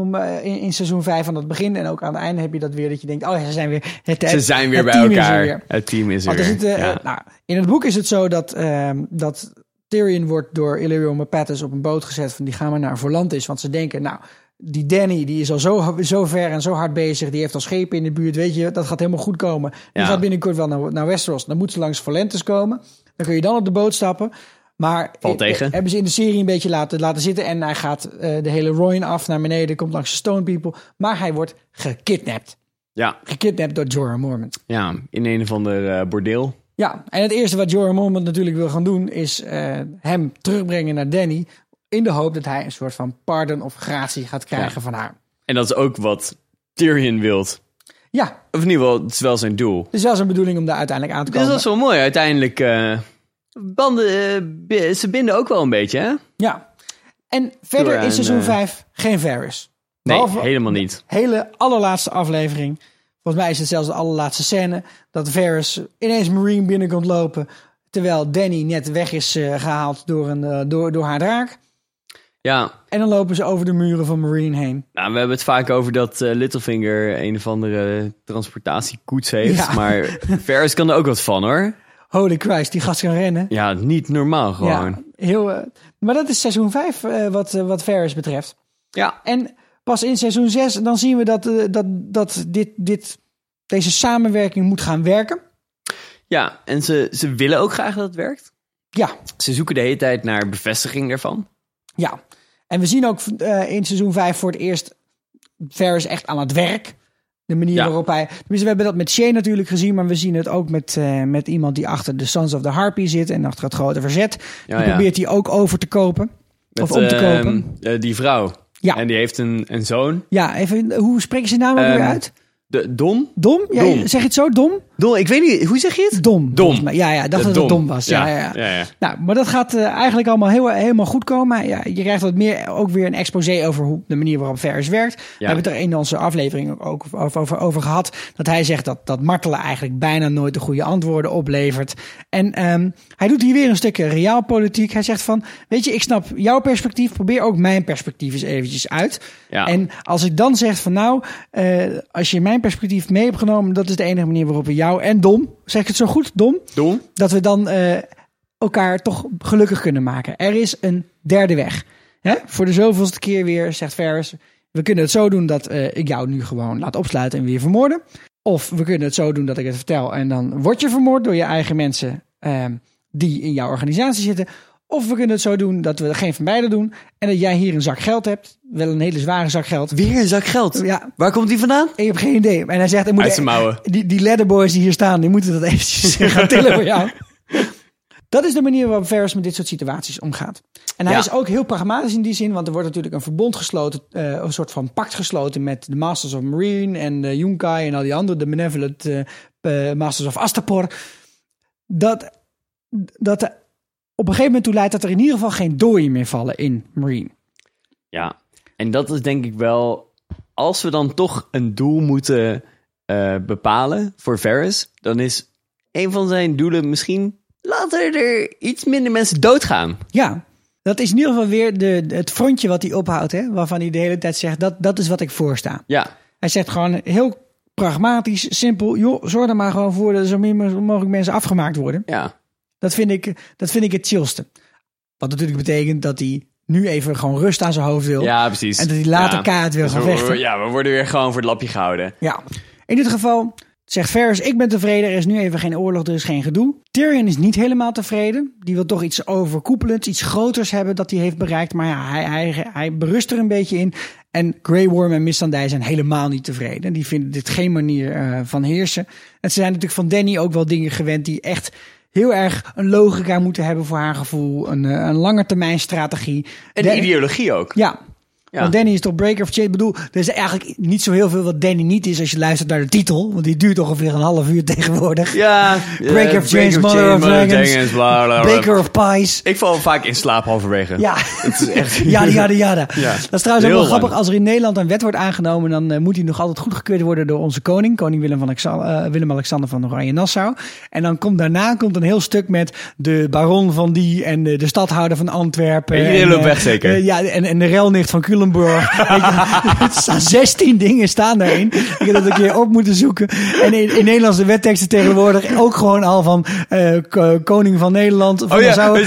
In seizoen 5 aan het begin. En ook aan het einde heb je dat weer, dat je denkt, ze zijn weer... Ze zijn weer bij elkaar. Het team is er weer. In het boek is het zo dat Tyrion wordt door Illyrio Mopatis op een boot gezet van die gaan maar naar Volantis. Want ze denken, nou, die Dany die is al zo ver en zo hard bezig. Die heeft al schepen in de buurt, weet je. Dat gaat helemaal goed komen. Die gaat binnenkort wel naar Westeros. Dan moet ze langs Volantis komen. Dan kun je dan op de boot stappen. Maar Valt tegen. Hebben ze in de serie een beetje laten zitten. En hij gaat de hele Royan af naar beneden. Komt langs de Stone People. Maar hij wordt gekidnapt. Ja. Gekidnapt door Jorah Mormont. Ja, in een of ander bordeel. Ja, en het eerste wat Jorah Mormont natuurlijk wil gaan doen... is hem terugbrengen naar Dany... in de hoop dat hij een soort van pardon of gratie gaat krijgen van haar. En dat is ook wat Tyrion wilt. Ja. Of in ieder geval, het is wel zijn doel. Het is wel zijn bedoeling om daar uiteindelijk aan te komen. Dus dat is wel mooi. Uiteindelijk, banden, ze binden ook wel een beetje, hè? Ja. En verder in seizoen 5 geen Varys. Nee, Behalve helemaal niet. Hele allerlaatste aflevering. Volgens mij is het zelfs de allerlaatste scène... dat Varys ineens Meereen binnen komt lopen... terwijl Dany net weg is gehaald door haar draak. Ja. En dan lopen ze over de muren van Meereen heen. Nou, we hebben het vaak over dat Littlefinger een of andere transportatiekoets heeft. Ja. Maar Varys kan er ook wat van, hoor. Holy Christ, die gast kan rennen. Ja, niet normaal gewoon. Ja, maar dat is seizoen 5 wat Varys betreft. Ja. En pas in seizoen 6 dan zien we dat deze samenwerking moet gaan werken. Ja, en ze willen ook graag dat het werkt. Ja. Ze zoeken de hele tijd naar bevestiging daarvan. Ja. En we zien ook in seizoen 5 voor het eerst Varys echt aan het werk. De manier waarop hij... We hebben dat met Shae natuurlijk gezien, maar we zien het ook met iemand die achter de Sons of the Harpy zit en achter het grote verzet. Die probeert hij ook over te kopen. Of om te kopen. Die vrouw. Ja. En die heeft een zoon. Ja, even, hoe spreek je zijn naam ook weer uit? Dom? Dom? Ja, Dom. Zeg je het zo? Dom? Dom, ik weet niet. Hoe zeg je het? Dom. Ja, dacht dat het dom was. Ja. Nou, maar dat gaat eigenlijk allemaal helemaal goed komen. Ja, je krijgt wat meer ook weer een exposé over de manier waarop Varys werkt. We hebben het er in onze aflevering ook over gehad. Dat hij zegt dat martelen eigenlijk bijna nooit de goede antwoorden oplevert. En hij doet hier weer een stukje realpolitiek. Hij zegt van, weet je, ik snap jouw perspectief. Probeer ook mijn perspectief eens eventjes uit. Ja. En als ik dan zeg van nou, als je mijn perspectief mee hebt genomen, dat is de enige manier waarop we jou en Dom, zeg ik het zo goed, Dom? Dat we dan elkaar toch gelukkig kunnen maken. Er is een derde weg. Hè? Voor de zoveelste keer weer zegt Varys, we kunnen het zo doen dat ik jou nu gewoon laat opsluiten en weer vermoorden. Of we kunnen het zo doen dat ik het vertel en dan word je vermoord door je eigen mensen die in jouw organisatie zitten. Of we kunnen het zo doen dat we er geen van beide doen. En dat jij hier een zak geld hebt. Wel een hele zware zak geld. Weer een zak geld? Ja. Uit komt die vandaan? Ik heb geen idee. En hij zegt, uit zijn mouwen. Die leatherboys die hier staan, die moeten dat eventjes gaan tillen voor jou. Dat is de manier waarop Varys met dit soort situaties omgaat. En hij is ook heel pragmatisch in die zin. Want er wordt natuurlijk een verbond gesloten. Een soort van pact gesloten met de Masters of Meereen. En de Yunkai en al die andere. De Benevolent Masters of Astapor. Dat op een gegeven moment toe leidt dat er in ieder geval geen dooien meer vallen in Meereen. Ja, en dat is denk ik wel... Als we dan toch een doel moeten bepalen voor Varys, dan is een van zijn doelen misschien... laten er iets minder mensen doodgaan. Ja, dat is in ieder geval weer het frontje wat hij ophoudt, hè, waarvan hij de hele tijd zegt, dat is wat ik voorsta. Ja. Hij zegt gewoon heel pragmatisch, simpel, joh, zorg er maar gewoon voor dat er zo min mogelijk mensen afgemaakt worden. Ja. Dat vind ik het chillste. Wat natuurlijk betekent dat hij nu even gewoon rust aan zijn hoofd wil. Ja, precies. En dat hij later kaart wil gaan vechten. Ja, we worden weer gewoon voor het lapje gehouden. Ja. In dit geval zegt Varys, ik ben tevreden. Er is nu even geen oorlog, er is geen gedoe. Tyrion is niet helemaal tevreden. Die wil toch iets overkoepelends, iets groters hebben dat hij heeft bereikt. Maar ja, hij berust er een beetje in. En Grey Worm en Missandei zijn helemaal niet tevreden. Die vinden dit geen manier van heersen. En ze zijn natuurlijk van Dany ook wel dingen gewend die echt heel erg een logica moeten hebben voor haar gevoel. Een langetermijn strategie. En ideologie ook. Ja. Want Dany is toch Breaker of Chains. Ik bedoel, er is eigenlijk niet zo heel veel wat Dany niet is als je luistert naar de titel. Want die duurt ongeveer een half uur tegenwoordig. Ja. Breaker of Chains, Mother of Dragons, bla, bla, bla. Baker of Pies. Ik val vaak in slaap halverwege. Ja. Het is echt... Jada. Ja. Dat is trouwens ook wel grappig. Als er in Nederland een wet wordt aangenomen, dan moet die nog altijd goedgekeurd worden door onze koning. Koning Willem-Alexander van Oranje-Nassau. En dan komt daarna een heel stuk met de baron van die en de stadhouder van Antwerpen. En iedereen loopt weg zeker. En de relnicht van Culemborg. Het staan 16 dingen staan daarin. Ik heb dat een keer op moeten zoeken. En in Nederlandse wetteksten tegenwoordig ook gewoon al van koning van Nederland. Van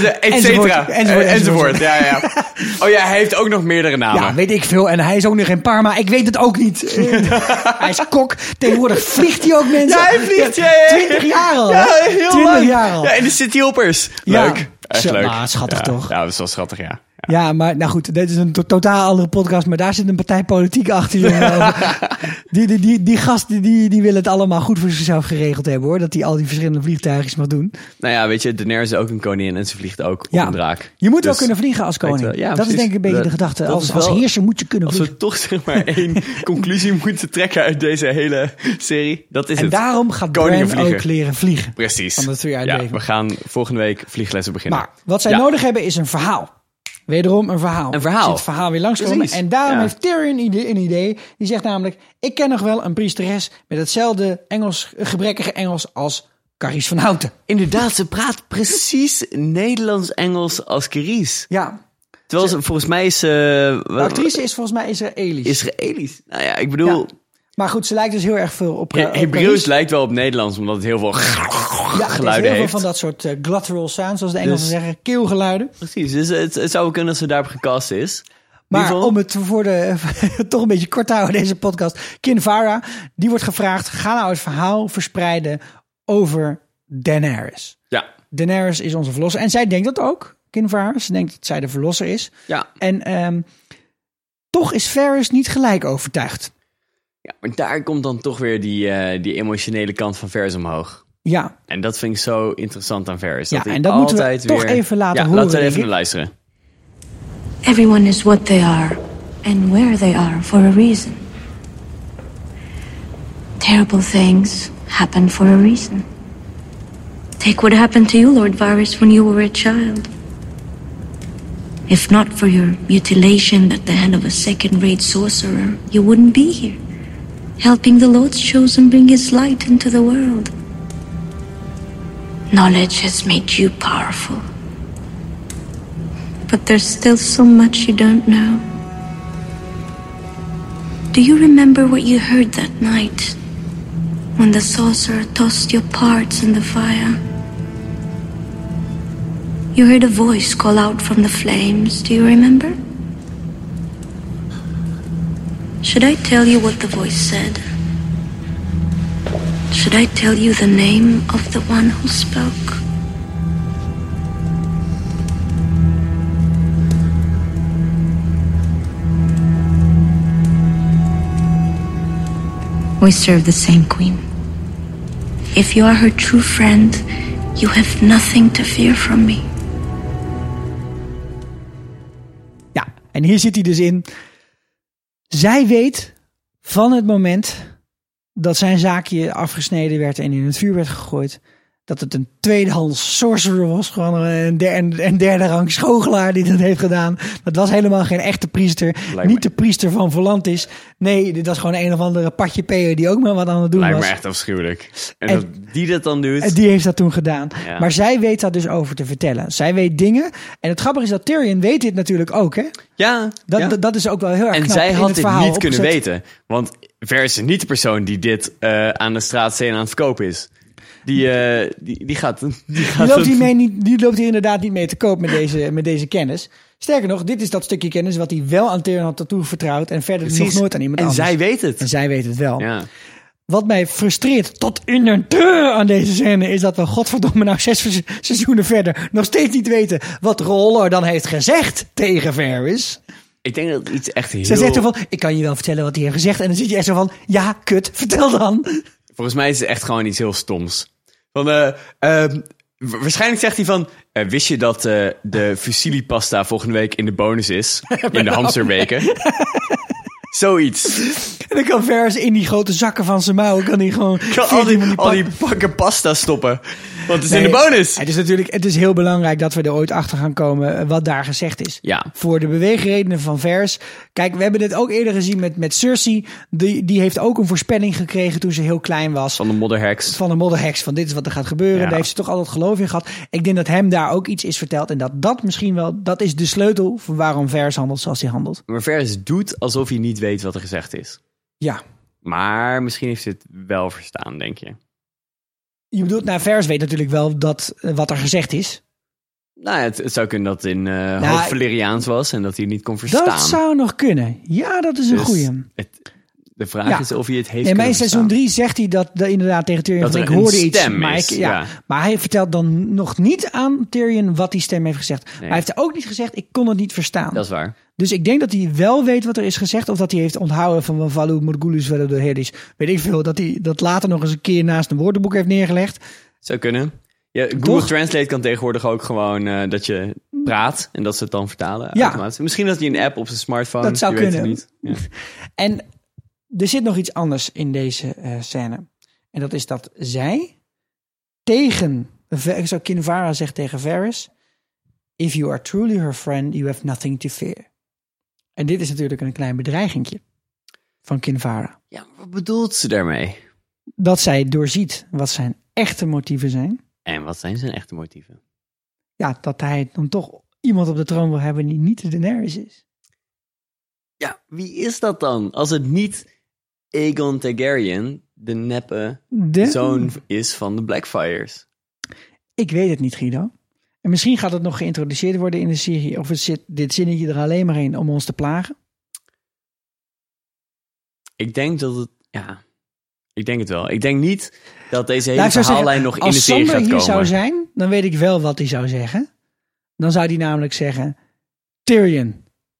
enzovoort. Ja. Oh ja, hij heeft ook nog meerdere namen. Ja, weet ik veel. En hij is ook nog in Parma. Ik weet het ook niet. Hij is kok. Tegenwoordig vliegt hij ook mensen. Ja, hij vliegt. 20 jaar al. Ja, heel 20 lang. jaar al. Ja, in de City Hoppers. Leuk. Echt Zo, leuk. nou, schattig toch? Ja, dat is wel schattig, ja. Ja, maar nou goed, dit is een totaal andere podcast, maar daar zit een partij politiek achter. Die gasten die willen het allemaal goed voor zichzelf geregeld hebben, hoor. Dat die al die verschillende vliegtuigjes mag doen. Nou ja, weet je, Daenerys is ook een koningin en ze vliegt ook op een draak. Je moet Dus wel kunnen vliegen als koning. Ja, dat is denk ik een beetje de gedachte. Als heerser moet je kunnen vliegen. Als we toch zeg maar één conclusie moeten trekken uit deze hele serie, dat is en het. daarom gaat Bran ook leren vliegen. Precies. Van de 3 ja, we gaan volgende week vlieglessen beginnen. Maar wat zij nodig hebben is een verhaal. Wederom een verhaal. Een verhaal. Het verhaal weer langskomen. En daarom heeft Tyrion een idee. Die zegt namelijk, ik ken nog wel een priesteres met hetzelfde gebrekkige Engels als Carice van Houten. Inderdaad, ze praat precies Nederlands-Engels als Carice. Ja. Terwijl ze, volgens mij is... de actrice is volgens mij Israëlisch. Israëlisch? Nou ja, ik bedoel... Ja. Maar goed, ze lijkt dus heel erg veel op Hebreeuws lijkt wel op Nederlands, omdat het heel veel geluiden heeft. Heel veel van dat soort guttural sounds, zoals de Engelsen zeggen. Keelgeluiden. Precies, dus het zou kunnen dat ze daarop gecast is. Maar om het voor toch een beetje kort te houden, deze podcast. Kinvara, die wordt gevraagd, ga nou het verhaal verspreiden over Daenerys. Ja. Daenerys is onze verlosser. En zij denkt dat ook, Kinvara. Ze denkt dat zij de verlosser is. Ja. En toch is Varys niet gelijk overtuigd. Ja, maar daar komt dan toch weer die emotionele kant van Varys omhoog. Ja. En dat vind ik zo interessant aan Varys. Ja, en dat moeten we toch even laten horen. Laten we even naar luisteren. Everyone is what they are and where they are for a reason. Terrible things happen for a reason. Take what happened to you, Lord Varys, when you were a child. If not for your mutilation at the hand of a second-rate sorcerer, you wouldn't be here, helping the Lord's chosen bring his light into the world. Knowledge has made you powerful. But there's still so much you don't know. Do you remember what you heard that night when the sorcerer tossed your parts in the fire? You heard a voice call out from the flames. Do you remember? Should I tell you what the voice said? Should I tell you the name of the one who spoke? We serve the same queen. If you are her true friend, you have nothing to fear from me. Ja, en hier zit hij dus in. Zij weet van het moment dat zijn zaakje afgesneden werd en in het vuur werd gegooid, dat het een tweedehands sorcerer was. Gewoon een derde rang schoochelaar die dat heeft gedaan. Dat was helemaal geen echte priester. Niet de priester van Volantis. Nee, dit was gewoon een of andere patje peer die ook maar wat aan het doen was. Lijkt me echt afschuwelijk. En dat die dat dan doet. En die heeft dat toen gedaan. Ja. Maar zij weet daar dus over te vertellen. Zij weet dingen. En het grappige is dat Tyrion weet dit natuurlijk ook, hè? Ja. Dat is ook wel heel erg knap. En zij had dit niet kunnen opgezet. weten. Want Varys is niet de persoon die dit aan de straatscène aan het verkopen is. Die loopt hier inderdaad niet mee te koop met deze kennis. Sterker nog, dit is dat stukje kennis wat hij wel aan Tyrion had toevertrouwd en verder nog nooit aan iemand anders. En zij weet het. En zij weet het wel. Ja. Wat mij frustreert tot in de deur aan deze scène is dat we godverdomme nou 6 seizoenen verder nog steeds niet weten wat Roller dan heeft gezegd tegen Varys. Ik denk dat het iets echt heel... Ze zegt zo van, ik kan je wel vertellen wat hij heeft gezegd. En dan zit je echt zo van, ja, kut, vertel dan. Volgens mij is het echt gewoon iets heel stoms. Waarschijnlijk zegt hij van, wist je dat de fusilli pasta volgende week in de bonus is? In de hamsterweken. Zoiets. En dan kan Varys in die grote zakken van zijn mouwen, kan hij gewoon al die pakken pasta stoppen. Want het is in de bonus. Het is heel belangrijk dat we er ooit achter gaan komen wat daar gezegd is. Ja. Voor de beweegredenen van Varys. Kijk, we hebben dit ook eerder gezien met Cersei. Die heeft ook een voorspelling gekregen toen ze heel klein was. Van de modderheks. Van dit is wat er gaat gebeuren. Ja. Daar heeft ze toch altijd geloof in gehad. Ik denk dat hem daar ook iets is verteld. En dat misschien wel, dat is de sleutel voor waarom Varys handelt zoals hij handelt. Maar Varys doet alsof hij niet weet wat er gezegd is. Ja. Maar misschien heeft hij het wel verstaan, denk je. Je bedoelt, Varys weet natuurlijk wel wat er gezegd is. Nou, het zou kunnen dat het in Hoog Valeriaans was en dat hij niet kon verstaan. Dat zou nog kunnen. Ja, dat is een goeie. De vraag is of hij het heeft maar in seizoen 3 zegt hij dat inderdaad tegen Tyrion. Dat ik hoorde iets. Maar hij vertelt dan nog niet aan Tyrion wat die stem heeft gezegd. Nee. Hij heeft ook niet gezegd, ik kon het niet verstaan. Dat is waar. Dus ik denk dat hij wel weet wat er is gezegd. Of dat hij heeft onthouden van Valu Morgulus Velo de Herdis. Weet ik veel. Dat hij dat later nog eens een keer naast een woordenboek heeft neergelegd. Zou kunnen. Ja, Google Translate kan tegenwoordig ook gewoon dat je praat. En dat ze het dan vertalen. Automatisch. Misschien dat hij een app op zijn smartphone. Dat zou kunnen. Weet het niet. Ja. En er zit nog iets anders in deze scène. En dat is dat zij tegen... Kinvara zegt tegen Varys... If you are truly her friend, you have nothing to fear. En dit is natuurlijk een klein bedreigingje van Kinvara. Ja, wat bedoelt ze daarmee? Dat zij doorziet wat zijn echte motieven zijn. En wat zijn zijn echte motieven? Ja, dat hij dan toch iemand op de troon wil hebben die niet de Daenerys is. Ja, wie is dat dan? Als het niet Aegon Targaryen, de neppe zoon is van de Blackfyres. Ik weet het niet, Guido. En misschien gaat het nog geïntroduceerd worden in de serie. Of zit dit zinnetje er alleen maar in om ons te plagen? Ik denk dat het... Ja, ik denk het wel. Ik denk niet dat deze hele verhaallijn nog in de serie gaat komen. Als Sander hier zou zijn, dan weet ik wel wat hij zou zeggen. Dan zou hij namelijk zeggen... Tyrion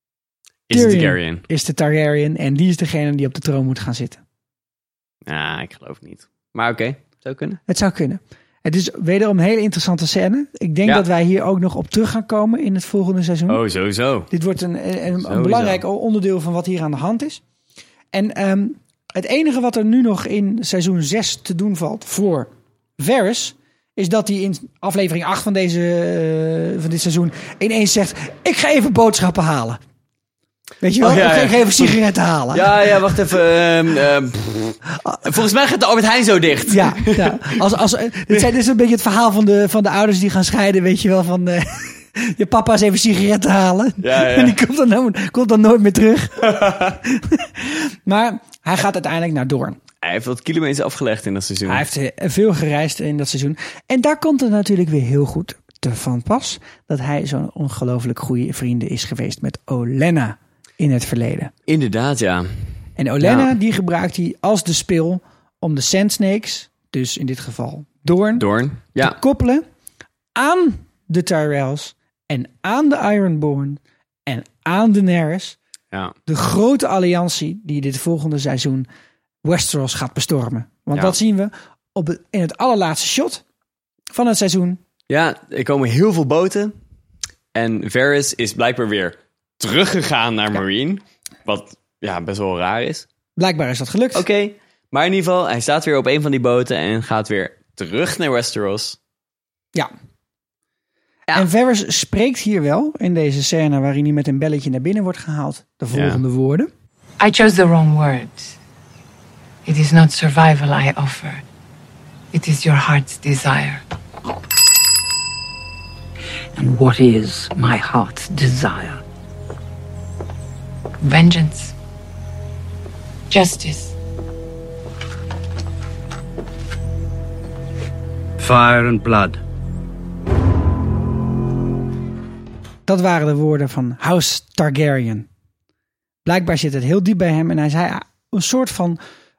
is de Targaryen en die is degene die op de troon moet gaan zitten. Ja, ik geloof het niet. Maar oké, zou kunnen. Het zou kunnen. Het is wederom een hele interessante scène. Ik denk dat wij hier ook nog op terug gaan komen in het volgende seizoen. Oh, sowieso. Dit wordt een belangrijk onderdeel van wat hier aan de hand is. En het enige wat er nu nog in seizoen 6 te doen valt voor Varys... is dat hij in aflevering 8 van dit seizoen ineens zegt... ik ga even boodschappen halen. Weet je wel? Ik ga even sigaretten halen. Ja, wacht even. Volgens mij gaat de Albert Heijn zo dicht. Ja. Dit is een beetje het verhaal van de ouders die gaan scheiden. Weet je wel, van je papa is even sigaretten halen. Ja. En die komt dan nooit meer terug. Maar hij gaat uiteindelijk naar Dorne. Hij heeft wat kilometers afgelegd in dat seizoen. Hij heeft veel gereisd in dat seizoen. En daar komt het natuurlijk weer heel goed van pas... dat hij zo'n ongelooflijk goede vrienden is geweest met Olenna in het verleden. Inderdaad, ja. En Olenna die gebruikt hij als de spil om de Sand Snakes, dus in dit geval Dorne, te koppelen aan de Tyrells en aan de Ironborn en aan Daenerys. Ja. De grote alliantie die dit volgende seizoen Westeros gaat bestormen. Want dat zien we in het allerlaatste shot van het seizoen. Ja, er komen heel veel boten. En Varys is blijkbaar weer teruggegaan naar Meereen. Wat best wel raar is. Blijkbaar is dat gelukt. Oké, maar in ieder geval, hij staat weer op een van die boten en gaat weer terug naar Westeros. Ja. En Varys spreekt hier wel, in deze scène waarin hij met een belletje naar binnen wordt gehaald, de volgende woorden. I chose the wrong words. It is not survival I offer. It is your heart's desire. And what is my heart's desire? Vengeance. Justice. Fire and blood. Dat waren de woorden van House Targaryen. Blijkbaar zit het heel diep bij hem en hij zei een soort van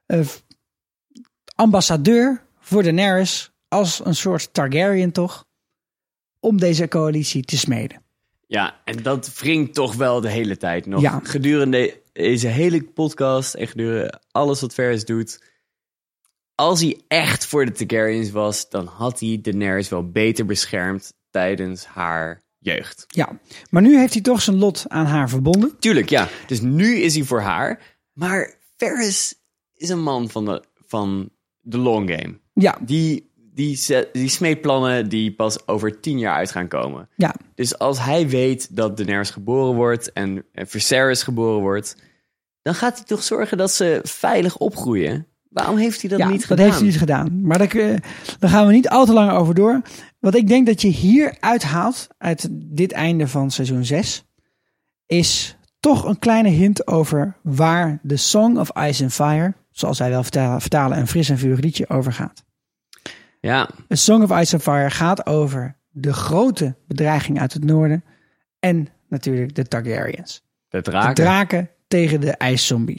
ambassadeur voor Daenerys als een soort Targaryen toch, om deze coalitie te smeden. Ja, en dat wringt toch wel de hele tijd nog. Ja. Gedurende deze hele podcast en gedurende alles wat Varys doet. Als hij echt voor de Targaryens was, dan had hij Daenerys wel beter beschermd tijdens haar jeugd. Ja, maar nu heeft hij toch zijn lot aan haar verbonden. Tuurlijk, ja. Dus nu is hij voor haar. Maar Varys is een man van de long game. Ja. Die smeet plannen die pas over 10 jaar uit gaan komen. Ja. Dus als hij weet dat Daenerys geboren wordt en Viserys geboren wordt, dan gaat hij toch zorgen dat ze veilig opgroeien. Waarom heeft hij dat niet gedaan? Dat heeft hij niet gedaan. Maar daar gaan we niet al te lang over door. Wat ik denk dat je hier uithaalt, uit dit einde van seizoen 6, is toch een kleine hint over waar de Song of Ice and Fire, zoals wij wel vertalen, een fris en vurig liedje over gaat. Ja. A Song of Ice and Fire gaat over de grote bedreiging uit het noorden en natuurlijk de Targaryens. De draken. De draken tegen de ijszombies.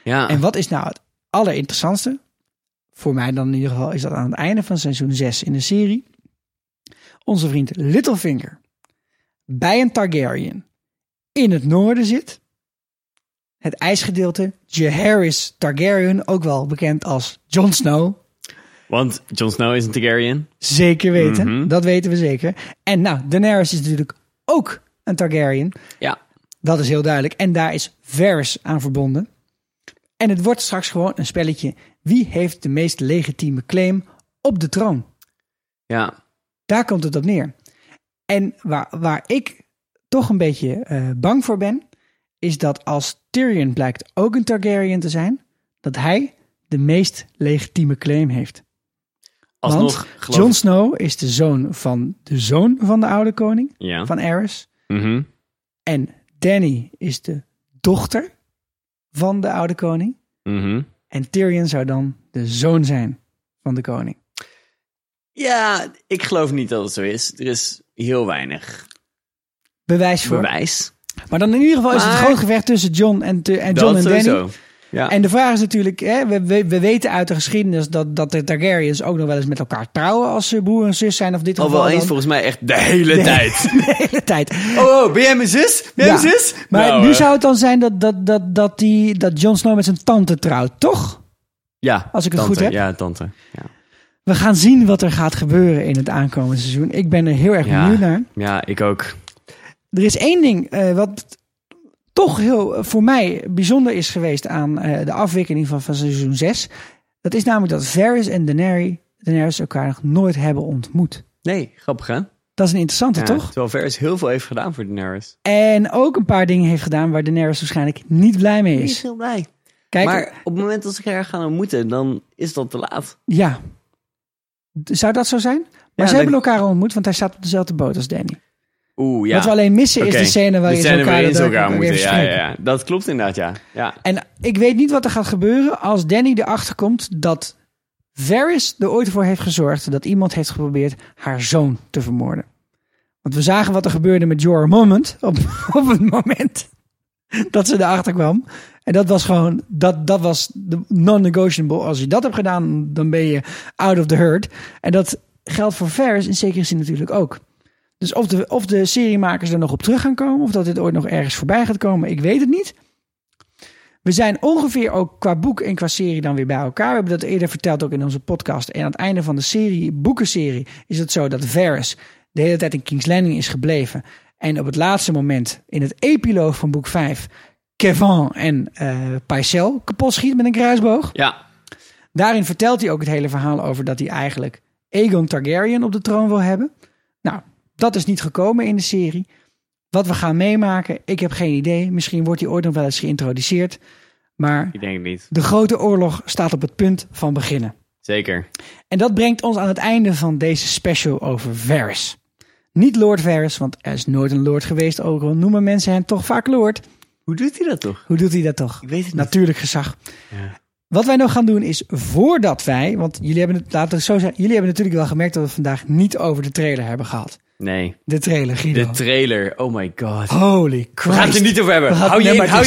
Ja. En wat is nou het allerinteressantste? Voor mij dan in ieder geval is dat aan het einde van seizoen 6 in de serie. Onze vriend Littlefinger bij een Targaryen in het noorden zit. Het ijsgedeelte, Jaehaerys Targaryen, ook wel bekend als Jon Snow. Want Jon Snow is een Targaryen. Zeker weten, dat weten we zeker. En nou, Daenerys is natuurlijk ook een Targaryen. Ja. Dat is heel duidelijk. En daar is Varys aan verbonden. En het wordt straks gewoon een spelletje. Wie heeft de meest legitieme claim op de troon? Ja. Daar komt het op neer. En waar ik toch een beetje bang voor ben, is dat als Tyrion blijkt ook een Targaryen te zijn, dat hij de meest legitieme claim heeft. Alsnog, want Jon Snow is de zoon van de oude koning, van Aerys. Mm-hmm. En Dany is de dochter van de oude koning. Mm-hmm. En Tyrion zou dan de zoon zijn van de koning. Ja, ik geloof niet dat het zo is. Er is heel weinig bewijs voor. Maar dan in ieder geval is het een groot gevecht tussen Jon en Dany. Ja. En de vraag is natuurlijk, we weten uit de geschiedenis dat de Targaryens ook nog wel eens met elkaar trouwen als ze broer en zus zijn. Of dit al wel eens volgens mij echt de hele tijd. De hele tijd. Oh, ben jij mijn zus? Ben jij mijn zus? Maar nou, nu zou het dan zijn dat Jon Snow met zijn tante trouwt, toch? Ja, als ik het goed heb. Ja, tante. Ja. We gaan zien wat er gaat gebeuren in het aankomende seizoen. Ik ben er heel erg benieuwd naar. Ja, ik ook. Er is één ding wat toch heel voor mij bijzonder is geweest aan de afwikkeling van seizoen 6. Dat is namelijk dat Varys en Daenerys elkaar nog nooit hebben ontmoet. Nee, grappig hè? Dat is een interessante, toch? Terwijl Varys heel veel heeft gedaan voor Daenerys. En ook een paar dingen heeft gedaan waar Daenerys waarschijnlijk niet blij mee is. Niet heel blij. Kijk, maar op het moment dat ze elkaar gaan ontmoeten, dan is dat te laat. Ja. Zou dat zo zijn? Maar ze hebben elkaar al ontmoet, want hij staat op dezelfde boot als Dany. Oeh, ja. Wat we alleen missen is de scène waarin ze elkaar moeten. Ja. Dat klopt inderdaad, ja. En ik weet niet wat er gaat gebeuren als Dany erachter komt dat Varys er ooit voor heeft gezorgd dat iemand heeft geprobeerd haar zoon te vermoorden. Want we zagen wat er gebeurde met Jorah Mormont op het moment dat ze erachter kwam. En dat was gewoon, dat was de non-negotiable. Als je dat hebt gedaan, dan ben je out of the herd. En dat geldt voor Varys in zekere zin natuurlijk ook. Dus of de seriemakers er nog op terug gaan komen, of dat dit ooit nog ergens voorbij gaat komen, ik weet het niet. We zijn ongeveer ook qua boek en qua serie dan weer bij elkaar. We hebben dat eerder verteld ook in onze podcast. En aan het einde van de boekenserie is het zo dat Varys de hele tijd in King's Landing is gebleven. En op het laatste moment, in het epiloog van boek 5, Kevin en Pycelle kapot schiet met een kruisboog. Ja. Daarin vertelt hij ook het hele verhaal over dat hij eigenlijk Aegon Targaryen op de troon wil hebben. Nou, dat is niet gekomen in de serie. Wat we gaan meemaken, ik heb geen idee. Misschien wordt hij ooit nog wel eens geïntroduceerd. Maar ik denk het niet. De grote oorlog staat op het punt van beginnen. Zeker. En dat brengt ons aan het einde van deze special over Varys. Niet Lord Varys, want er is nooit een lord geweest. Ook al noemen mensen hem toch vaak lord. Hoe doet hij dat toch? Ik weet het niet. Natuurlijk gezag. Ja. Wat wij nog gaan doen is, voordat wij, want jullie hebben het, laten we het zo zeggen, jullie hebben natuurlijk wel gemerkt dat we het vandaag niet over de trailer hebben gehad. Nee. De trailer, Guido. De trailer, oh my god. Holy Christ. We gaan het er niet over hebben. Hou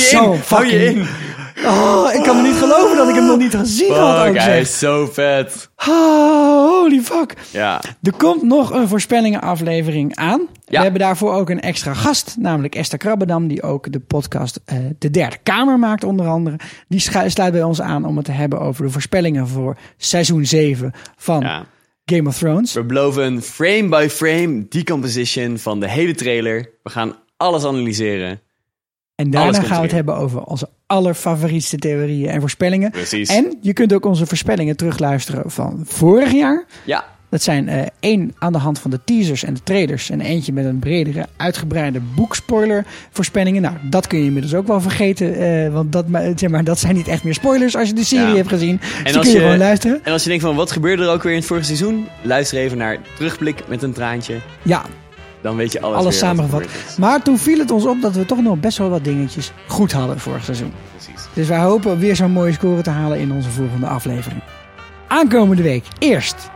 je in. Oh, ik kan me niet geloven dat ik hem nog niet gezien had. Ook hij is zo vet. Oh, holy fuck. Ja. Er komt nog een voorspellingenaflevering aan. Ja. We hebben daarvoor ook een extra gast, namelijk Esther Krabbedam, die ook de podcast De Derde Kamer maakt onder andere. Die sluit bij ons aan om het te hebben over de voorspellingen voor seizoen 7 van Game of Thrones. We beloven een frame-by-frame decomposition van de hele trailer. We gaan alles analyseren. En daarna gaan we het hebben over onze allerfavorietste theorieën en voorspellingen. Precies. En je kunt ook onze voorspellingen terugluisteren van vorig jaar. Ja. Dat zijn één aan de hand van de teasers en de trailers. En eentje met een bredere, uitgebreide boekspoiler voorspellingen. Nou, dat kun je inmiddels ook wel vergeten. Want dat zijn niet echt meer spoilers als je de serie hebt gezien. Dus die kun je gewoon luisteren. En als je denkt van, wat gebeurde er ook weer in het vorige seizoen? Luister even naar Terugblik met een traantje. Ja. Dan weet je alles samengevat. Maar toen viel het ons op dat we toch nog best wel wat dingetjes goed hadden vorig seizoen. Precies. Dus wij hopen weer zo'n mooie score te halen in onze volgende aflevering. Aankomende week eerst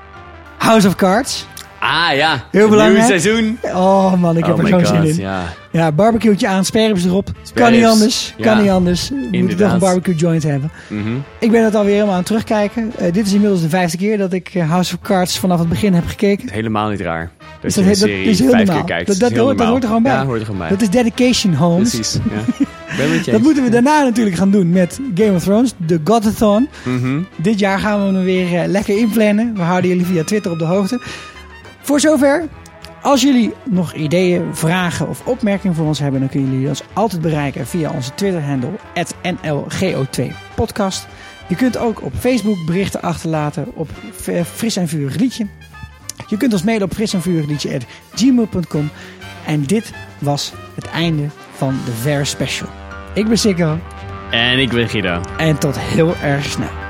House of Cards. Ah ja, heel belangrijk. Nieuw seizoen. Oh man, ik heb er zo'n zin in. Ja. Ja, barbecue'tje aan, sperrips erop. Kan niet anders. Kan niet anders. We moeten toch een barbecue joint hebben. Mm-hmm. Ik ben het alweer helemaal aan het terugkijken. Dit is inmiddels de 5e keer dat ik House of Cards vanaf het begin heb gekeken. Helemaal niet raar. Dat is je een serie 5 keer kijkt. Dat hoort er gewoon bij. Ja, hoort er gewoon bij. Dat is dedication, Holmes. Precies, ja. Ben met je dat moeten we daarna natuurlijk gaan doen met Game of Thrones, de Godathon. Mm-hmm. Dit jaar gaan we hem weer lekker inplannen. We houden jullie via Twitter op de hoogte. Voor zover. Als jullie nog ideeën, vragen of opmerkingen voor ons hebben, dan kunnen jullie ons altijd bereiken via onze Twitter-handle @NLGO2podcast. Je kunt ook op Facebook berichten achterlaten op Fris en Vurig Liedje. Je kunt ons mailen op frisenvurigliedje@gmail.com. En dit was het einde van de Varys Special. Ik ben Sikko. En ik ben Guido. En tot heel erg snel.